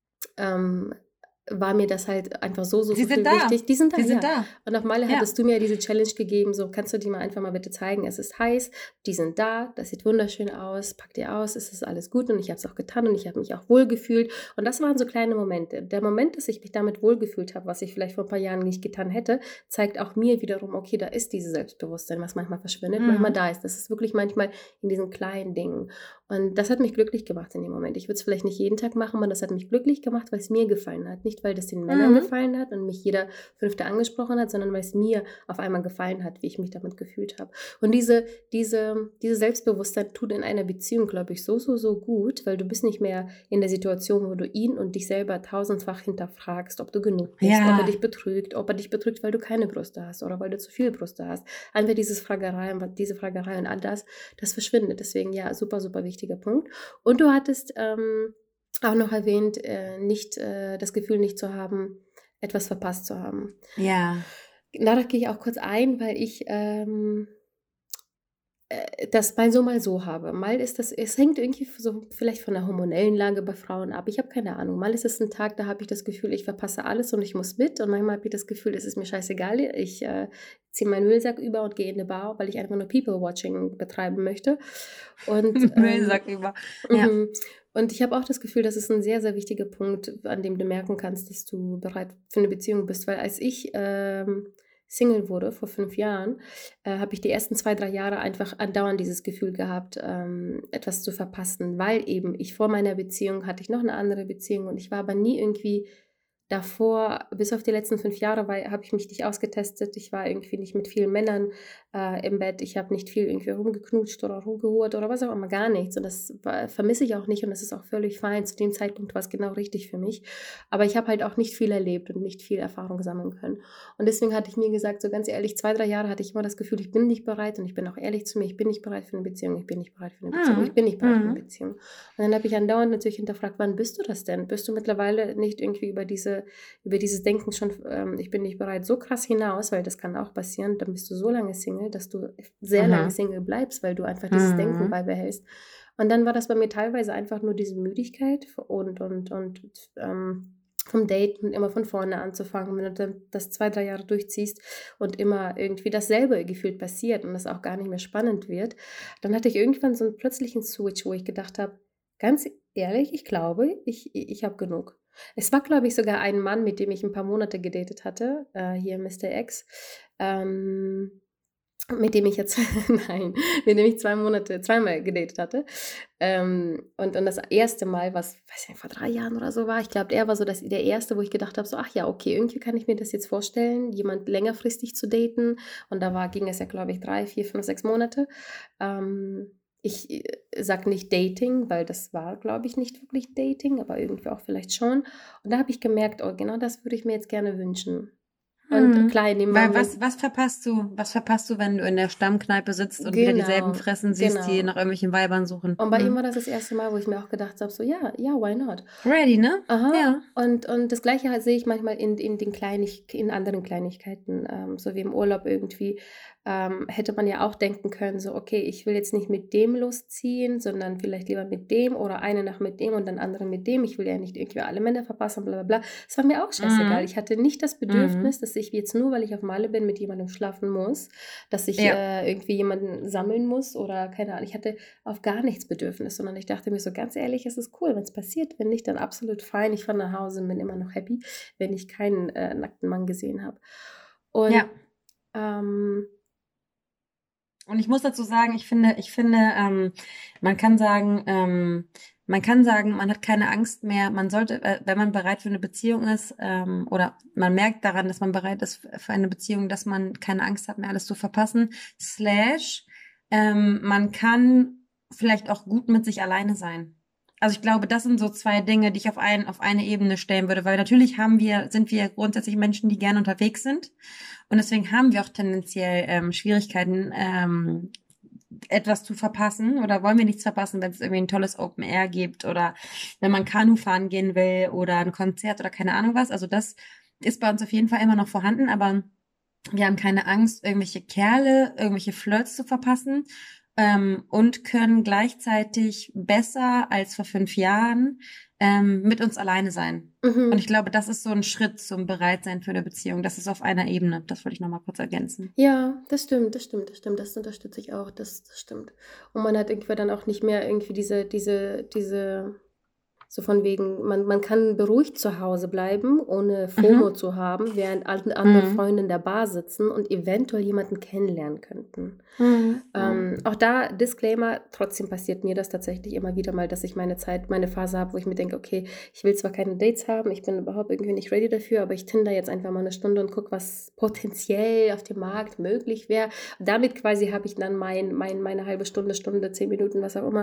war mir das halt einfach so Sie viel sind da. wichtig. Die sind da, Sie sind ja. da. Und auf Male Ja. hattest du mir diese Challenge gegeben, so kannst du die mal einfach mal bitte zeigen, es ist heiß, die sind da, das sieht wunderschön aus, pack dir aus, es ist alles gut und ich habe es auch getan und ich habe mich auch wohlgefühlt und das waren so kleine Momente. Der Moment, dass ich mich damit wohlgefühlt habe, was ich vielleicht vor ein paar Jahren nicht getan hätte, zeigt auch mir wiederum, okay, da ist dieses Selbstbewusstsein, was manchmal verschwindet, manchmal da ist. Das ist wirklich manchmal in diesen kleinen Dingen. Und das hat mich glücklich gemacht in dem Moment. Ich würde es vielleicht nicht jeden Tag machen, aber das hat mich glücklich gemacht, weil es mir gefallen hat. Nicht, weil das den Männern gefallen hat und mich jeder Fünfte angesprochen hat, sondern weil es mir auf einmal gefallen hat, wie ich mich damit gefühlt habe. Und diese Selbstbewusstsein tut in einer Beziehung, glaube ich, so gut, weil du bist nicht mehr in der Situation, wo du ihn und dich selber tausendfach hinterfragst, ob du genug bist, Ja. ob er dich betrügt, weil du keine Brüste hast oder weil du zu viele Brüste hast. Einfach diese Fragerei und all das verschwindet. Deswegen, ja, super, super wichtiger Punkt. Und du hattest auch noch erwähnt, das Gefühl nicht zu haben, etwas verpasst zu haben. Ja. Darauf gehe ich auch kurz ein, weil ich das mal so habe. Mal ist das, es hängt irgendwie so vielleicht von der hormonellen Lage bei Frauen ab. Ich habe keine Ahnung. Mal ist es ein Tag, da habe ich das Gefühl, ich verpasse alles und ich muss mit. Und manchmal habe ich das Gefühl, es ist mir scheißegal. Ich ziehe meinen Müllsack über und gehe in eine Bar, weil ich einfach nur People-Watching betreiben möchte. Und Müllsack über. Ja. Und ich habe auch das Gefühl, das ist ein sehr, sehr wichtiger Punkt, an dem du merken kannst, dass du bereit für eine Beziehung bist. Weil als ich Single wurde vor 5 Jahren, habe ich die ersten 2, 3 Jahre einfach andauernd dieses Gefühl gehabt, etwas zu verpassen, weil eben ich vor meiner Beziehung hatte ich noch eine andere Beziehung und ich war aber nie irgendwie davor, bis auf die letzten 5 Jahre, habe ich mich nicht ausgetestet. Ich war irgendwie nicht mit vielen Männern im Bett. Ich habe nicht viel irgendwie rumgeknutscht oder rumgehurt oder was auch immer, gar nichts. Und das vermisse ich auch nicht und das ist auch völlig fein. Zu dem Zeitpunkt war es genau richtig für mich. Aber ich habe halt auch nicht viel erlebt und nicht viel Erfahrung sammeln können. Und deswegen hatte ich mir gesagt, so ganz ehrlich, 2, 3 Jahre hatte ich immer das Gefühl, ich bin nicht bereit und ich bin auch ehrlich zu mir, ich bin nicht bereit für eine Beziehung, ich bin nicht bereit für eine Beziehung, ich bin nicht bereit für eine Beziehung. Und dann habe ich andauernd natürlich hinterfragt, wann bist du das denn? Bist du mittlerweile nicht irgendwie über dieses Denken schon, ich bin nicht bereit, so krass hinaus, weil das kann auch passieren, dann bist du so lange Single, dass du sehr lange Single bleibst, weil du einfach dieses Denken beibehältst. Und dann war das bei mir teilweise einfach nur diese Müdigkeit und vom Date und immer von vorne anzufangen, wenn du dann das 2, 3 Jahre durchziehst und immer irgendwie dasselbe gefühlt passiert und das auch gar nicht mehr spannend wird, dann hatte ich irgendwann so einen plötzlichen Switch, wo ich gedacht habe, ganz ehrlich, ich glaube, ich habe genug. Es war, glaube ich, sogar ein Mann, mit dem ich ein paar Monate gedatet hatte, hier Mr. X, mit dem ich jetzt, mit dem ich zweimal gedatet hatte. Und das erste Mal, was, weiß ich nicht, vor 3 Jahren oder so war, ich glaube, er war so der erste, wo ich gedacht habe, so, ach ja, okay, irgendwie kann ich mir das jetzt vorstellen, jemand längerfristig zu daten. Und ging es ja, glaube ich, 3, 4, 5, 6 Monate. Ich sage nicht Dating, weil das war, glaube ich, nicht wirklich Dating, aber irgendwie auch vielleicht schon. Und da habe ich gemerkt, oh, genau das würde ich mir jetzt gerne wünschen. Und klar, in dem Weil Moment, was verpasst du? Was verpasst du, wenn du in der Stammkneipe sitzt und wieder dieselben Fressen siehst, die nach irgendwelchen Weibern suchen? Und bei ihm war das erste Mal, wo ich mir auch gedacht habe, so, ja, why not? Ready, ne? Aha. Ja. Und das Gleiche sehe ich manchmal in anderen Kleinigkeiten, so wie im Urlaub irgendwie. Hätte man ja auch denken können, so, okay, ich will jetzt nicht mit dem losziehen, sondern vielleicht lieber mit dem oder eine Nacht mit dem und dann andere mit dem. Ich will ja nicht irgendwie alle Männer verpassen, bla bla bla. Das war mir auch scheißegal. Ich hatte nicht das Bedürfnis, dass ich jetzt nur, weil ich auf Malle bin, mit jemandem schlafen muss, dass ich irgendwie jemanden sammeln muss oder keine Ahnung. Ich hatte auf gar nichts Bedürfnis, sondern ich dachte mir so, ganz ehrlich, es ist cool, wenn es passiert. Wenn nicht, dann absolut fein. Ich fahre nach Hause und bin immer noch happy, wenn ich keinen nackten Mann gesehen habe. Und Und ich muss dazu sagen, ich finde, man kann sagen, man hat keine Angst mehr. Man sollte, wenn man bereit für eine Beziehung ist, oder man merkt daran, dass man bereit ist für eine Beziehung, dass man keine Angst hat mehr, alles zu verpassen. / man kann vielleicht auch gut mit sich alleine sein. Also ich glaube, das sind so zwei Dinge, die ich auf eine Ebene stellen würde, weil natürlich sind wir grundsätzlich Menschen, die gerne unterwegs sind und deswegen haben wir auch tendenziell Schwierigkeiten, etwas zu verpassen oder wollen wir nichts verpassen, wenn es irgendwie ein tolles Open Air gibt oder wenn man Kanu fahren gehen will oder ein Konzert oder keine Ahnung was. Also das ist bei uns auf jeden Fall immer noch vorhanden, aber wir haben keine Angst, irgendwelche Kerle, irgendwelche Flirts zu verpassen, und können gleichzeitig besser als vor 5 Jahren mit uns alleine sein. Und ich glaube, das ist so ein Schritt zum Bereitsein für eine Beziehung. Das ist auf einer Ebene. Das wollte ich nochmal kurz ergänzen. Ja, das stimmt, das stimmt, das stimmt. Das unterstütze ich auch, das stimmt. Und man hat irgendwie dann auch nicht mehr irgendwie diese so von wegen, man kann beruhigt zu Hause bleiben, ohne FOMO zu haben, während alle andere Freunde in der Bar sitzen und eventuell jemanden kennenlernen könnten. Auch da, Disclaimer, trotzdem passiert mir das tatsächlich immer wieder mal, dass ich meine Phase habe, wo ich mir denke, okay, ich will zwar keine Dates haben, ich bin überhaupt irgendwie nicht ready dafür, aber ich tinder jetzt einfach mal eine Stunde und gucke, was potenziell auf dem Markt möglich wäre. Damit quasi habe ich dann meine halbe Stunde, 10 Minuten, was auch immer,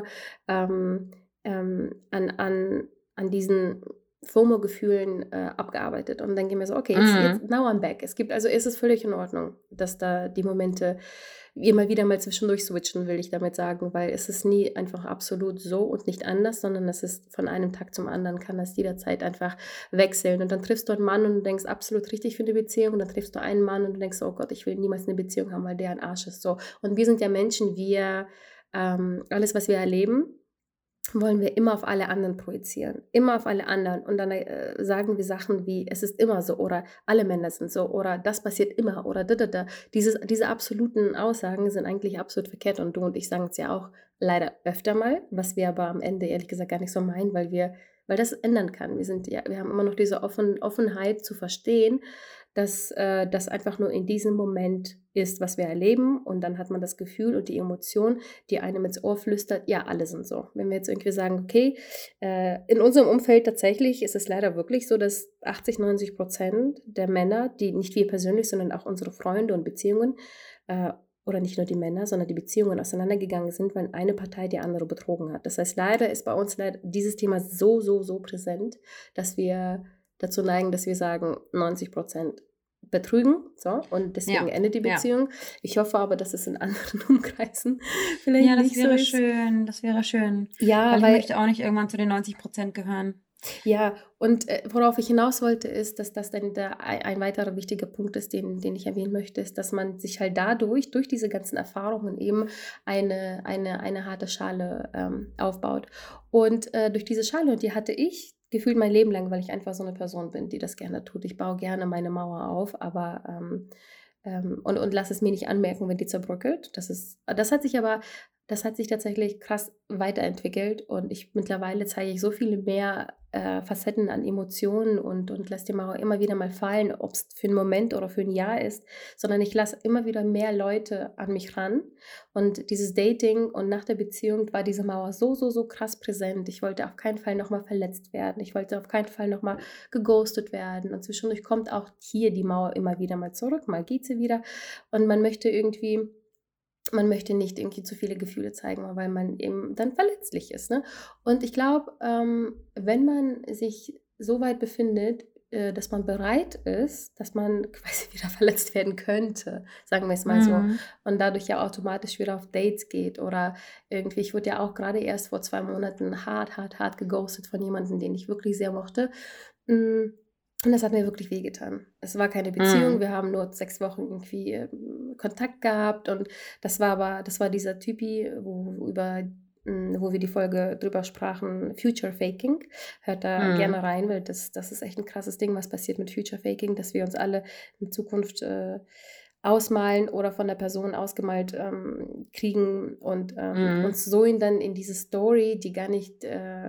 an diesen FOMO-Gefühlen abgearbeitet. Und dann gehen wir so, okay, jetzt now I'm back. Es ist völlig in Ordnung, dass da die Momente immer wieder mal zwischendurch switchen, will ich damit sagen, weil es ist nie einfach absolut so und nicht anders, sondern es ist von einem Tag zum anderen, kann das jederzeit einfach wechseln. Und dann triffst du einen Mann und du denkst, absolut richtig für eine Beziehung. Und dann triffst du einen Mann und du denkst, oh Gott, ich will niemals eine Beziehung haben, weil der ein Arsch ist. So. Und wir sind ja Menschen, alles, was wir erleben, wollen wir immer auf alle anderen projizieren. Immer auf alle anderen. Und dann sagen wir Sachen wie, es ist immer so oder alle Männer sind so oder das passiert immer oder da. Diese absoluten Aussagen sind eigentlich absolut verkehrt und du und ich sagen es ja auch leider öfter mal, was wir aber am Ende ehrlich gesagt gar nicht so meinen, weil das ändern kann. Wir haben immer noch diese Offenheit zu verstehen, dass das einfach nur in diesem Moment ist, was wir erleben und dann hat man das Gefühl und die Emotion, die einem ins Ohr flüstert, ja, alle sind so. Wenn wir jetzt irgendwie sagen, okay, in unserem Umfeld tatsächlich ist es leider wirklich so, dass 80-90% der Männer, die nicht wir persönlich, sondern auch unsere Freunde und Beziehungen, oder nicht nur die Männer, sondern die Beziehungen auseinandergegangen sind, weil eine Partei die andere betrogen hat. Das heißt, leider ist bei uns dieses Thema so präsent, dass wir dazu neigen, dass wir sagen, 90% betrügen, so, und deswegen endet die Beziehung. Ich hoffe aber, dass es in anderen Umkreisen vielleicht nicht so ist. Das wäre schön. Ja, weil ich möchte auch nicht irgendwann zu den 90% gehören. Ja, und worauf ich hinaus wollte, ist, dass das dann ein weiterer wichtiger Punkt ist, den ich erwähnen möchte, ist, dass man sich halt durch diese ganzen Erfahrungen eben eine harte Schale aufbaut. Und durch diese Schale, und die hatte ich gefühlt mein Leben lang, weil ich einfach so eine Person bin, die das gerne tut. Ich baue gerne meine Mauer auf, aber und lass es mir nicht anmerken, wenn die zerbröckelt. Das hat sich tatsächlich krass weiterentwickelt und mittlerweile zeige ich so viele mehr Facetten an Emotionen und lasse die Mauer immer wieder mal fallen, ob es für einen Moment oder für ein Jahr ist, sondern ich lasse immer wieder mehr Leute an mich ran und dieses Dating und nach der Beziehung war diese Mauer so krass präsent. Ich wollte auf keinen Fall nochmal verletzt werden, ich wollte auf keinen Fall nochmal geghostet werden und zwischendurch kommt auch hier die Mauer immer wieder mal zurück, mal geht sie wieder und man möchte nicht irgendwie zu viele Gefühle zeigen, weil man eben dann verletzlich ist. Ne? Und ich glaube, wenn man sich so weit befindet, dass man bereit ist, dass man quasi wieder verletzt werden könnte, sagen wir es mal so, und dadurch ja automatisch wieder auf Dates geht oder irgendwie, ich wurde ja auch gerade erst vor 2 Monaten hart geghostet von jemandem, den ich wirklich sehr mochte. Und das hat mir wirklich wehgetan. Es war keine Beziehung, wir haben nur 6 Wochen irgendwie Kontakt gehabt und das war dieser Typi, wo wir die Folge drüber sprachen, Future Faking. Hört da gerne rein, weil das ist echt ein krasses Ding, was passiert mit Future Faking, dass wir uns alle in Zukunft ausmalen oder von der Person ausgemalt kriegen und uns so dann in diese Story, die gar nicht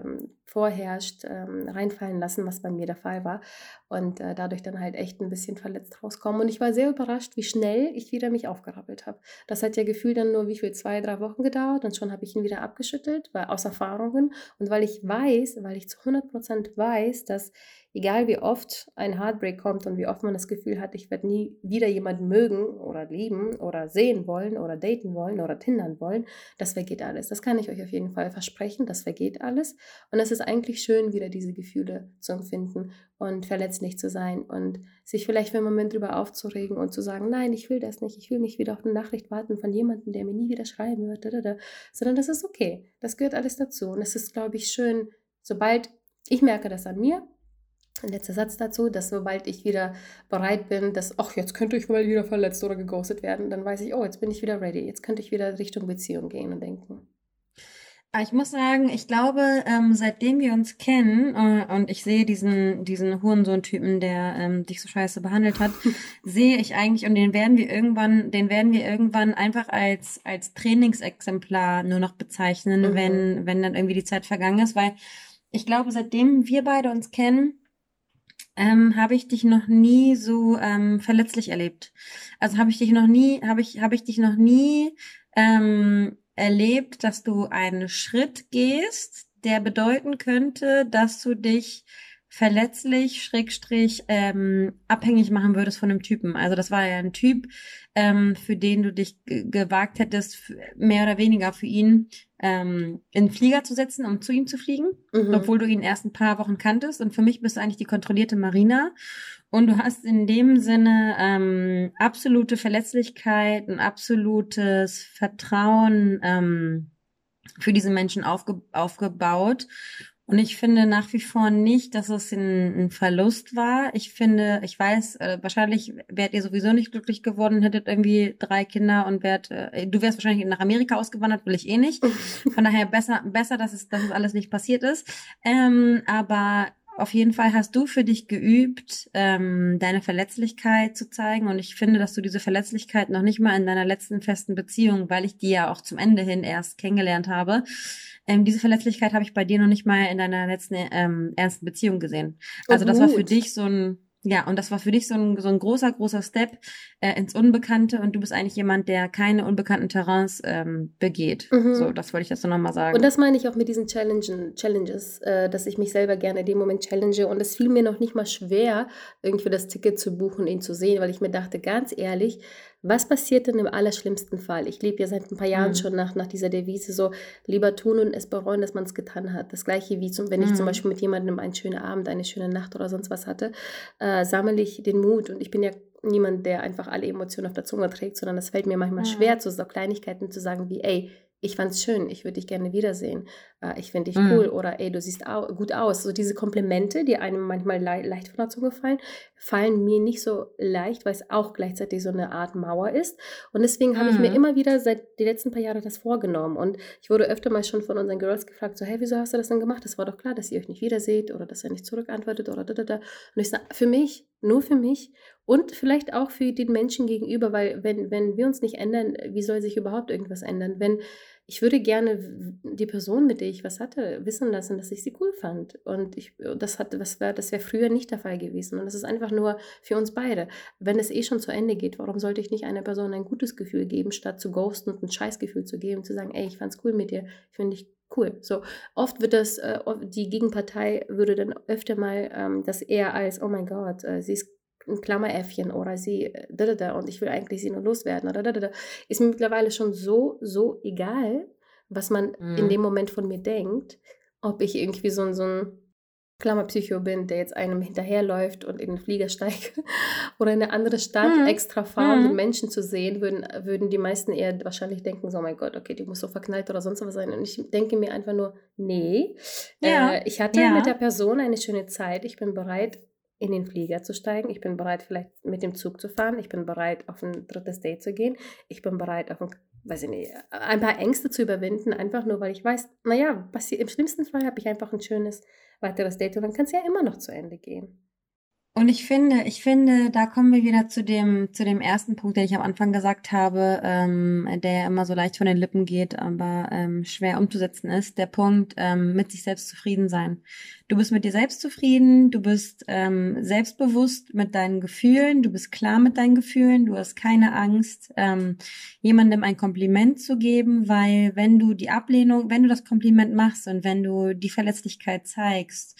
vorherrscht, reinfallen lassen, was bei mir der Fall war und dadurch dann halt echt ein bisschen verletzt rauskommen. Und ich war sehr überrascht, wie schnell ich wieder mich aufgerappelt habe. Das hat ja gefühlt dann nur 2, 3 Wochen gedauert und schon habe ich ihn wieder abgeschüttelt, weil aus Erfahrungen und weil ich zu 100% weiß, dass egal wie oft ein Heartbreak kommt und wie oft man das Gefühl hat, ich werde nie wieder jemanden mögen oder lieben oder sehen wollen oder daten wollen oder tindern wollen, das vergeht alles. Das kann ich euch auf jeden Fall versprechen, das vergeht alles. Und es ist eigentlich schön, wieder diese Gefühle zu empfinden und verletzlich zu sein und sich vielleicht für einen Moment drüber aufzuregen und zu sagen, nein, ich will das nicht, ich will nicht wieder auf eine Nachricht warten von jemandem, der mir nie wieder schreiben wird, sondern das ist okay, das gehört alles dazu. Und es ist, glaube ich, schön, sobald ich merke das an mir, ein letzter Satz dazu, dass sobald ich wieder bereit bin, dass, ach, jetzt könnte ich mal wieder verletzt oder geghostet werden, dann weiß ich, oh, jetzt bin ich wieder ready, jetzt könnte ich wieder Richtung Beziehung gehen und denken. Ich muss sagen, ich glaube, seitdem wir uns kennen und ich sehe diesen Hurensohn-Typen, der dich so scheiße behandelt hat, sehe ich eigentlich, und den werden wir irgendwann einfach als Trainingsexemplar nur noch bezeichnen, wenn dann irgendwie die Zeit vergangen ist, weil ich glaube, seitdem wir beide uns kennen, habe ich dich noch nie so verletzlich erlebt. Also habe ich dich noch nie erlebt, dass du einen Schritt gehst, der bedeuten könnte, dass du dich verletzlich, abhängig machen würdest von einem Typen. Also das war ja ein Typ, für den du dich gewagt hättest, mehr oder weniger für ihn in den Flieger zu setzen, um zu ihm zu fliegen, obwohl du ihn erst ein paar Wochen kanntest. Und für mich bist du eigentlich die kontrollierte Marina. Und du hast in dem Sinne absolute Verletzlichkeit, ein absolutes Vertrauen für diese Menschen aufgebaut. Und ich finde nach wie vor nicht, dass es ein Verlust war. Ich weiß, wahrscheinlich wärt ihr sowieso nicht glücklich geworden, hättet irgendwie 3 Kinder und du wärst wahrscheinlich nach Amerika ausgewandert, will ich eh nicht. Von daher besser, dass es alles nicht passiert ist. Aber auf jeden Fall hast du für dich geübt, deine Verletzlichkeit zu zeigen. Und ich finde, dass du diese Verletzlichkeit noch nicht mal in deiner letzten festen Beziehung, weil ich die ja auch zum Ende hin erst kennengelernt habe, diese Verletzlichkeit habe ich bei dir noch nicht mal in deiner letzten ernsten Beziehung gesehen. Also das war für dich so ein großer Step ins Unbekannte, und du bist eigentlich jemand, der keine unbekannten Terrains begeht. So, das wollte ich jetzt noch mal sagen. Und das meine ich auch mit diesen Challenges, dass ich mich selber gerne in dem Moment challenge, und es fiel mir noch nicht mal schwer, irgendwie das Ticket zu buchen, ihn zu sehen, weil ich mir dachte, ganz ehrlich, was passiert denn im allerschlimmsten Fall? Ich lebe ja seit ein paar Jahren schon nach dieser Devise so, lieber tun und es bereuen, dass man es getan hat. Das Gleiche wie wenn ich zum Beispiel mit jemandem einen schönen Abend, eine schöne Nacht oder sonst was hatte, sammle ich den Mut, und ich bin ja niemand, der einfach alle Emotionen auf der Zunge trägt, sondern es fällt mir manchmal schwer, zu so Kleinigkeiten zu sagen wie, ey, ich fand's schön, ich würde dich gerne wiedersehen, ich finde dich cool, oder ey, du siehst gut aus. So diese Komplimente, die einem manchmal leicht von der Zunge fallen mir nicht so leicht, weil es auch gleichzeitig so eine Art Mauer ist. Und deswegen habe ich mir immer wieder seit den letzten paar Jahren das vorgenommen. Und ich wurde öfter mal schon von unseren Girls gefragt, so, hey, wieso hast du das denn gemacht? Das war doch klar, dass ihr euch nicht wiederseht oder dass er nicht zurückantwortet oder da. Und ich sage, nur für mich und vielleicht auch für den Menschen gegenüber, weil wenn wir uns nicht ändern, wie soll sich überhaupt irgendwas ändern? Ich würde gerne die Person, mit der ich was hatte, wissen lassen, dass ich sie cool fand. Und das wäre früher nicht der Fall gewesen. Und das ist einfach nur für uns beide. Wenn es schon zu Ende geht, warum sollte ich nicht einer Person ein gutes Gefühl geben, statt zu ghosten und ein Scheißgefühl zu geben, zu sagen, ey, ich fand's cool mit dir, ich finde dich cool. So, oft wird die Gegenpartei würde dann öfter mal das eher als, oh mein Gott, sie ist ein Klammeräffchen oder sie und ich will eigentlich sie nur loswerden oder ist mir mittlerweile schon so egal, was man in dem Moment von mir denkt, ob ich irgendwie so ein Klammerpsycho bin, der jetzt einem hinterherläuft und in den Flieger steigt oder in eine andere Stadt extra fahren, um Menschen zu sehen, würden die meisten eher wahrscheinlich denken, so, oh mein Gott, okay, die muss so verknallt oder sonst was sein. Und ich denke mir einfach nur, nee, ich hatte mit der Person eine schöne Zeit, ich bin bereit, in den Flieger zu steigen. Ich bin bereit, vielleicht mit dem Zug zu fahren. Ich bin bereit, auf ein drittes Date zu gehen. Ich bin bereit, ein paar Ängste zu überwinden, einfach nur, weil ich weiß, naja, im schlimmsten Fall habe ich einfach ein schönes weiteres Date und dann kann es ja immer noch zu Ende gehen. Und ich finde, da kommen wir wieder zu dem ersten Punkt, den ich am Anfang gesagt habe, der immer so leicht von den Lippen geht, aber schwer umzusetzen ist. Der Punkt, mit sich selbst zufrieden sein. Du bist mit dir selbst zufrieden, du bist selbstbewusst mit deinen Gefühlen, du bist klar mit deinen Gefühlen, du hast keine Angst, jemandem ein Kompliment zu geben, weil wenn du das Kompliment machst und wenn du die Verletzlichkeit zeigst,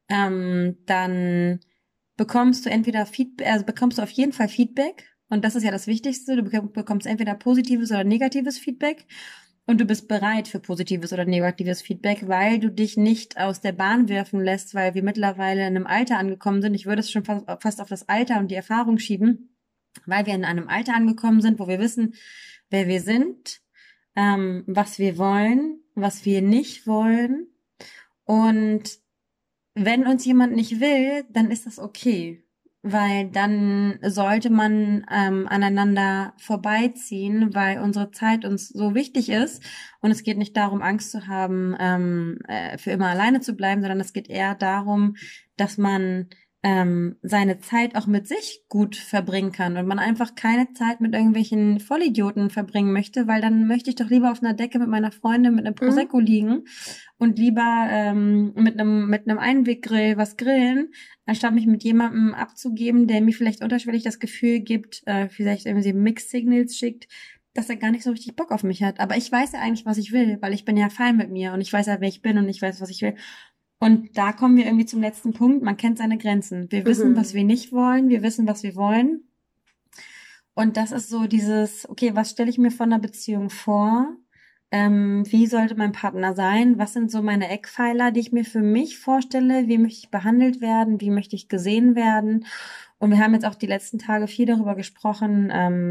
dann bekommst du bekommst du auf jeden Fall Feedback. Und das ist ja das Wichtigste. Du bekommst entweder positives oder negatives Feedback. Und du bist bereit für positives oder negatives Feedback, weil du dich nicht aus der Bahn werfen lässt, weil wir mittlerweile in einem Alter angekommen sind. Ich würde es schon fast auf das Alter und die Erfahrung schieben, weil wir in einem Alter angekommen sind, wo wir wissen, wer wir sind, was wir wollen, was wir nicht wollen. Und wenn uns jemand nicht will, dann ist das okay, weil dann sollte man aneinander vorbeiziehen, weil unsere Zeit uns so wichtig ist und es geht nicht darum, Angst zu haben, für immer alleine zu bleiben, sondern es geht eher darum, dass man seine Zeit auch mit sich gut verbringen kann und man einfach keine Zeit mit irgendwelchen Vollidioten verbringen möchte, weil dann möchte ich doch lieber auf einer Decke mit meiner Freundin mit einem Prosecco liegen und lieber mit einem Einweggrill was grillen, anstatt mich mit jemandem abzugeben, der mir vielleicht unterschwellig das Gefühl gibt, vielleicht irgendwie Mixed Signals schickt, dass er gar nicht so richtig Bock auf mich hat. Aber ich weiß ja eigentlich, was ich will, weil ich bin ja fein mit mir und ich weiß ja, wer ich bin und ich weiß, was ich will. Und da kommen wir irgendwie zum letzten Punkt. Man kennt seine Grenzen. Wir wissen, was wir nicht wollen. Wir wissen, was wir wollen. Und das ist so dieses, okay, was stelle ich mir von einer Beziehung vor? Wie sollte mein Partner sein? Was sind so meine Eckpfeiler, die ich mir für mich vorstelle? Wie möchte ich behandelt werden? Wie möchte ich gesehen werden? Und wir haben jetzt auch die letzten Tage viel darüber gesprochen,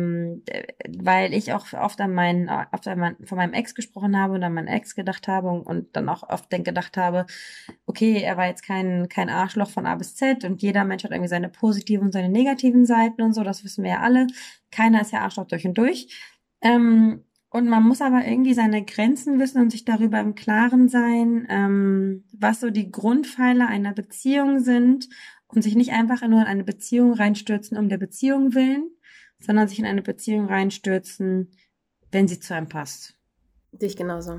weil ich auch oft von meinem Ex gesprochen habe und an meinen Ex gedacht habe und dann auch oft gedacht habe, okay, er war jetzt kein Arschloch von A bis Z und jeder Mensch hat irgendwie seine positiven und seine negativen Seiten und so, das wissen wir ja alle. Keiner ist ja Arschloch durch und durch. Und man muss aber irgendwie seine Grenzen wissen und sich darüber im Klaren sein, was so die Grundpfeiler einer Beziehung sind und sich nicht einfach nur in eine Beziehung reinstürzen um der Beziehung willen, sondern sich in eine Beziehung reinstürzen, wenn sie zu einem passt. Sehe ich genauso.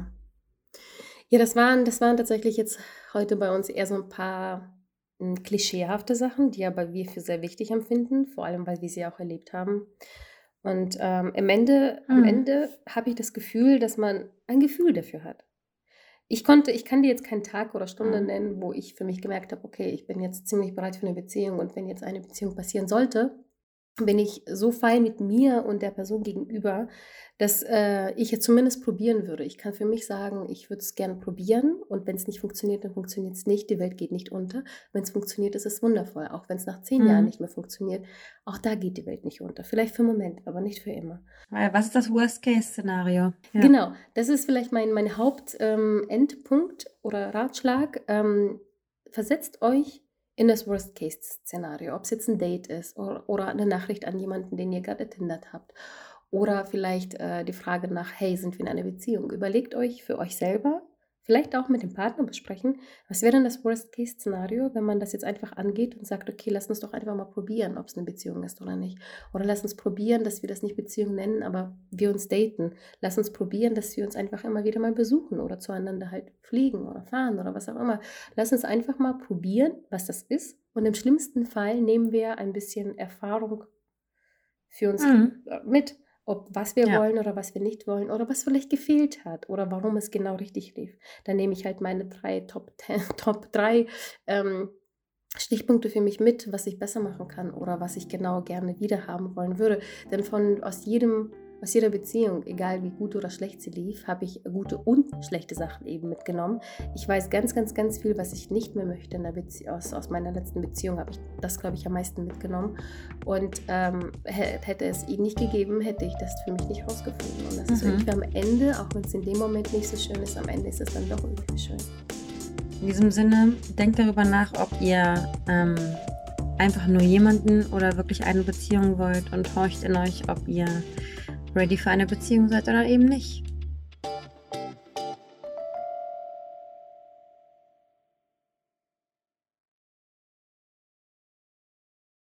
Ja, das waren tatsächlich jetzt heute bei uns eher so ein paar klischeehafte Sachen, die aber wir für sehr wichtig empfinden, vor allem, weil wir sie auch erlebt haben. Und am Ende habe ich das Gefühl, dass man ein Gefühl dafür hat. Ich kann dir jetzt keinen Tag oder Stunde nennen, wo ich für mich gemerkt habe, okay, ich bin jetzt ziemlich bereit für eine Beziehung und wenn jetzt eine Beziehung passieren sollte, bin ich so fein mit mir und der Person gegenüber, dass ich es zumindest probieren würde. Ich kann für mich sagen, ich würde es gerne probieren und wenn es nicht funktioniert, dann funktioniert es nicht. Die Welt geht nicht unter. Wenn es funktioniert, ist es wundervoll. Auch wenn es nach 10 Jahren nicht mehr funktioniert, auch da geht die Welt nicht unter. Vielleicht für einen Moment, aber nicht für immer. Was ist das Worst-Case-Szenario? Ja. Genau, das ist vielleicht mein Hauptendpunkt oder Ratschlag. Versetzt euch in das Worst-Case-Szenario, ob es jetzt ein Date ist oder eine Nachricht an jemanden, den ihr gerade getindert habt. Oder vielleicht die Frage nach, hey, sind wir in einer Beziehung? Überlegt euch für euch selber, vielleicht auch mit dem Partner besprechen, was wäre denn das Worst-Case-Szenario, wenn man das jetzt einfach angeht und sagt, okay, lass uns doch einfach mal probieren, ob es eine Beziehung ist oder nicht. Oder lass uns probieren, dass wir das nicht Beziehung nennen, aber wir uns daten. Lass uns probieren, dass wir uns einfach immer wieder mal besuchen oder zueinander halt fliegen oder fahren oder was auch immer. Lass uns einfach mal probieren, was das ist. Und im schlimmsten Fall nehmen wir ein bisschen Erfahrung für uns mit. Ob was wir wollen oder was wir nicht wollen oder was vielleicht gefehlt hat oder warum es genau richtig lief. Dann nehme ich halt meine Top 3 Stichpunkte für mich mit, was ich besser machen kann oder was ich genau gerne wieder haben wollen würde. Denn aus jeder Beziehung, egal wie gut oder schlecht sie lief, habe ich gute und schlechte Sachen eben mitgenommen. Ich weiß ganz, ganz, ganz viel, was ich nicht mehr möchte in der aus meiner letzten Beziehung, habe ich das, glaube ich, am meisten mitgenommen. Und hätte es ihn nicht gegeben, hätte ich das für mich nicht rausgefunden. Und das ist irgendwie am Ende, auch wenn es in dem Moment nicht so schön ist, am Ende ist es dann doch irgendwie schön. In diesem Sinne, denkt darüber nach, ob ihr einfach nur jemanden oder wirklich eine Beziehung wollt und horcht in euch, ob ihr ready für eine Beziehung seid oder eben nicht.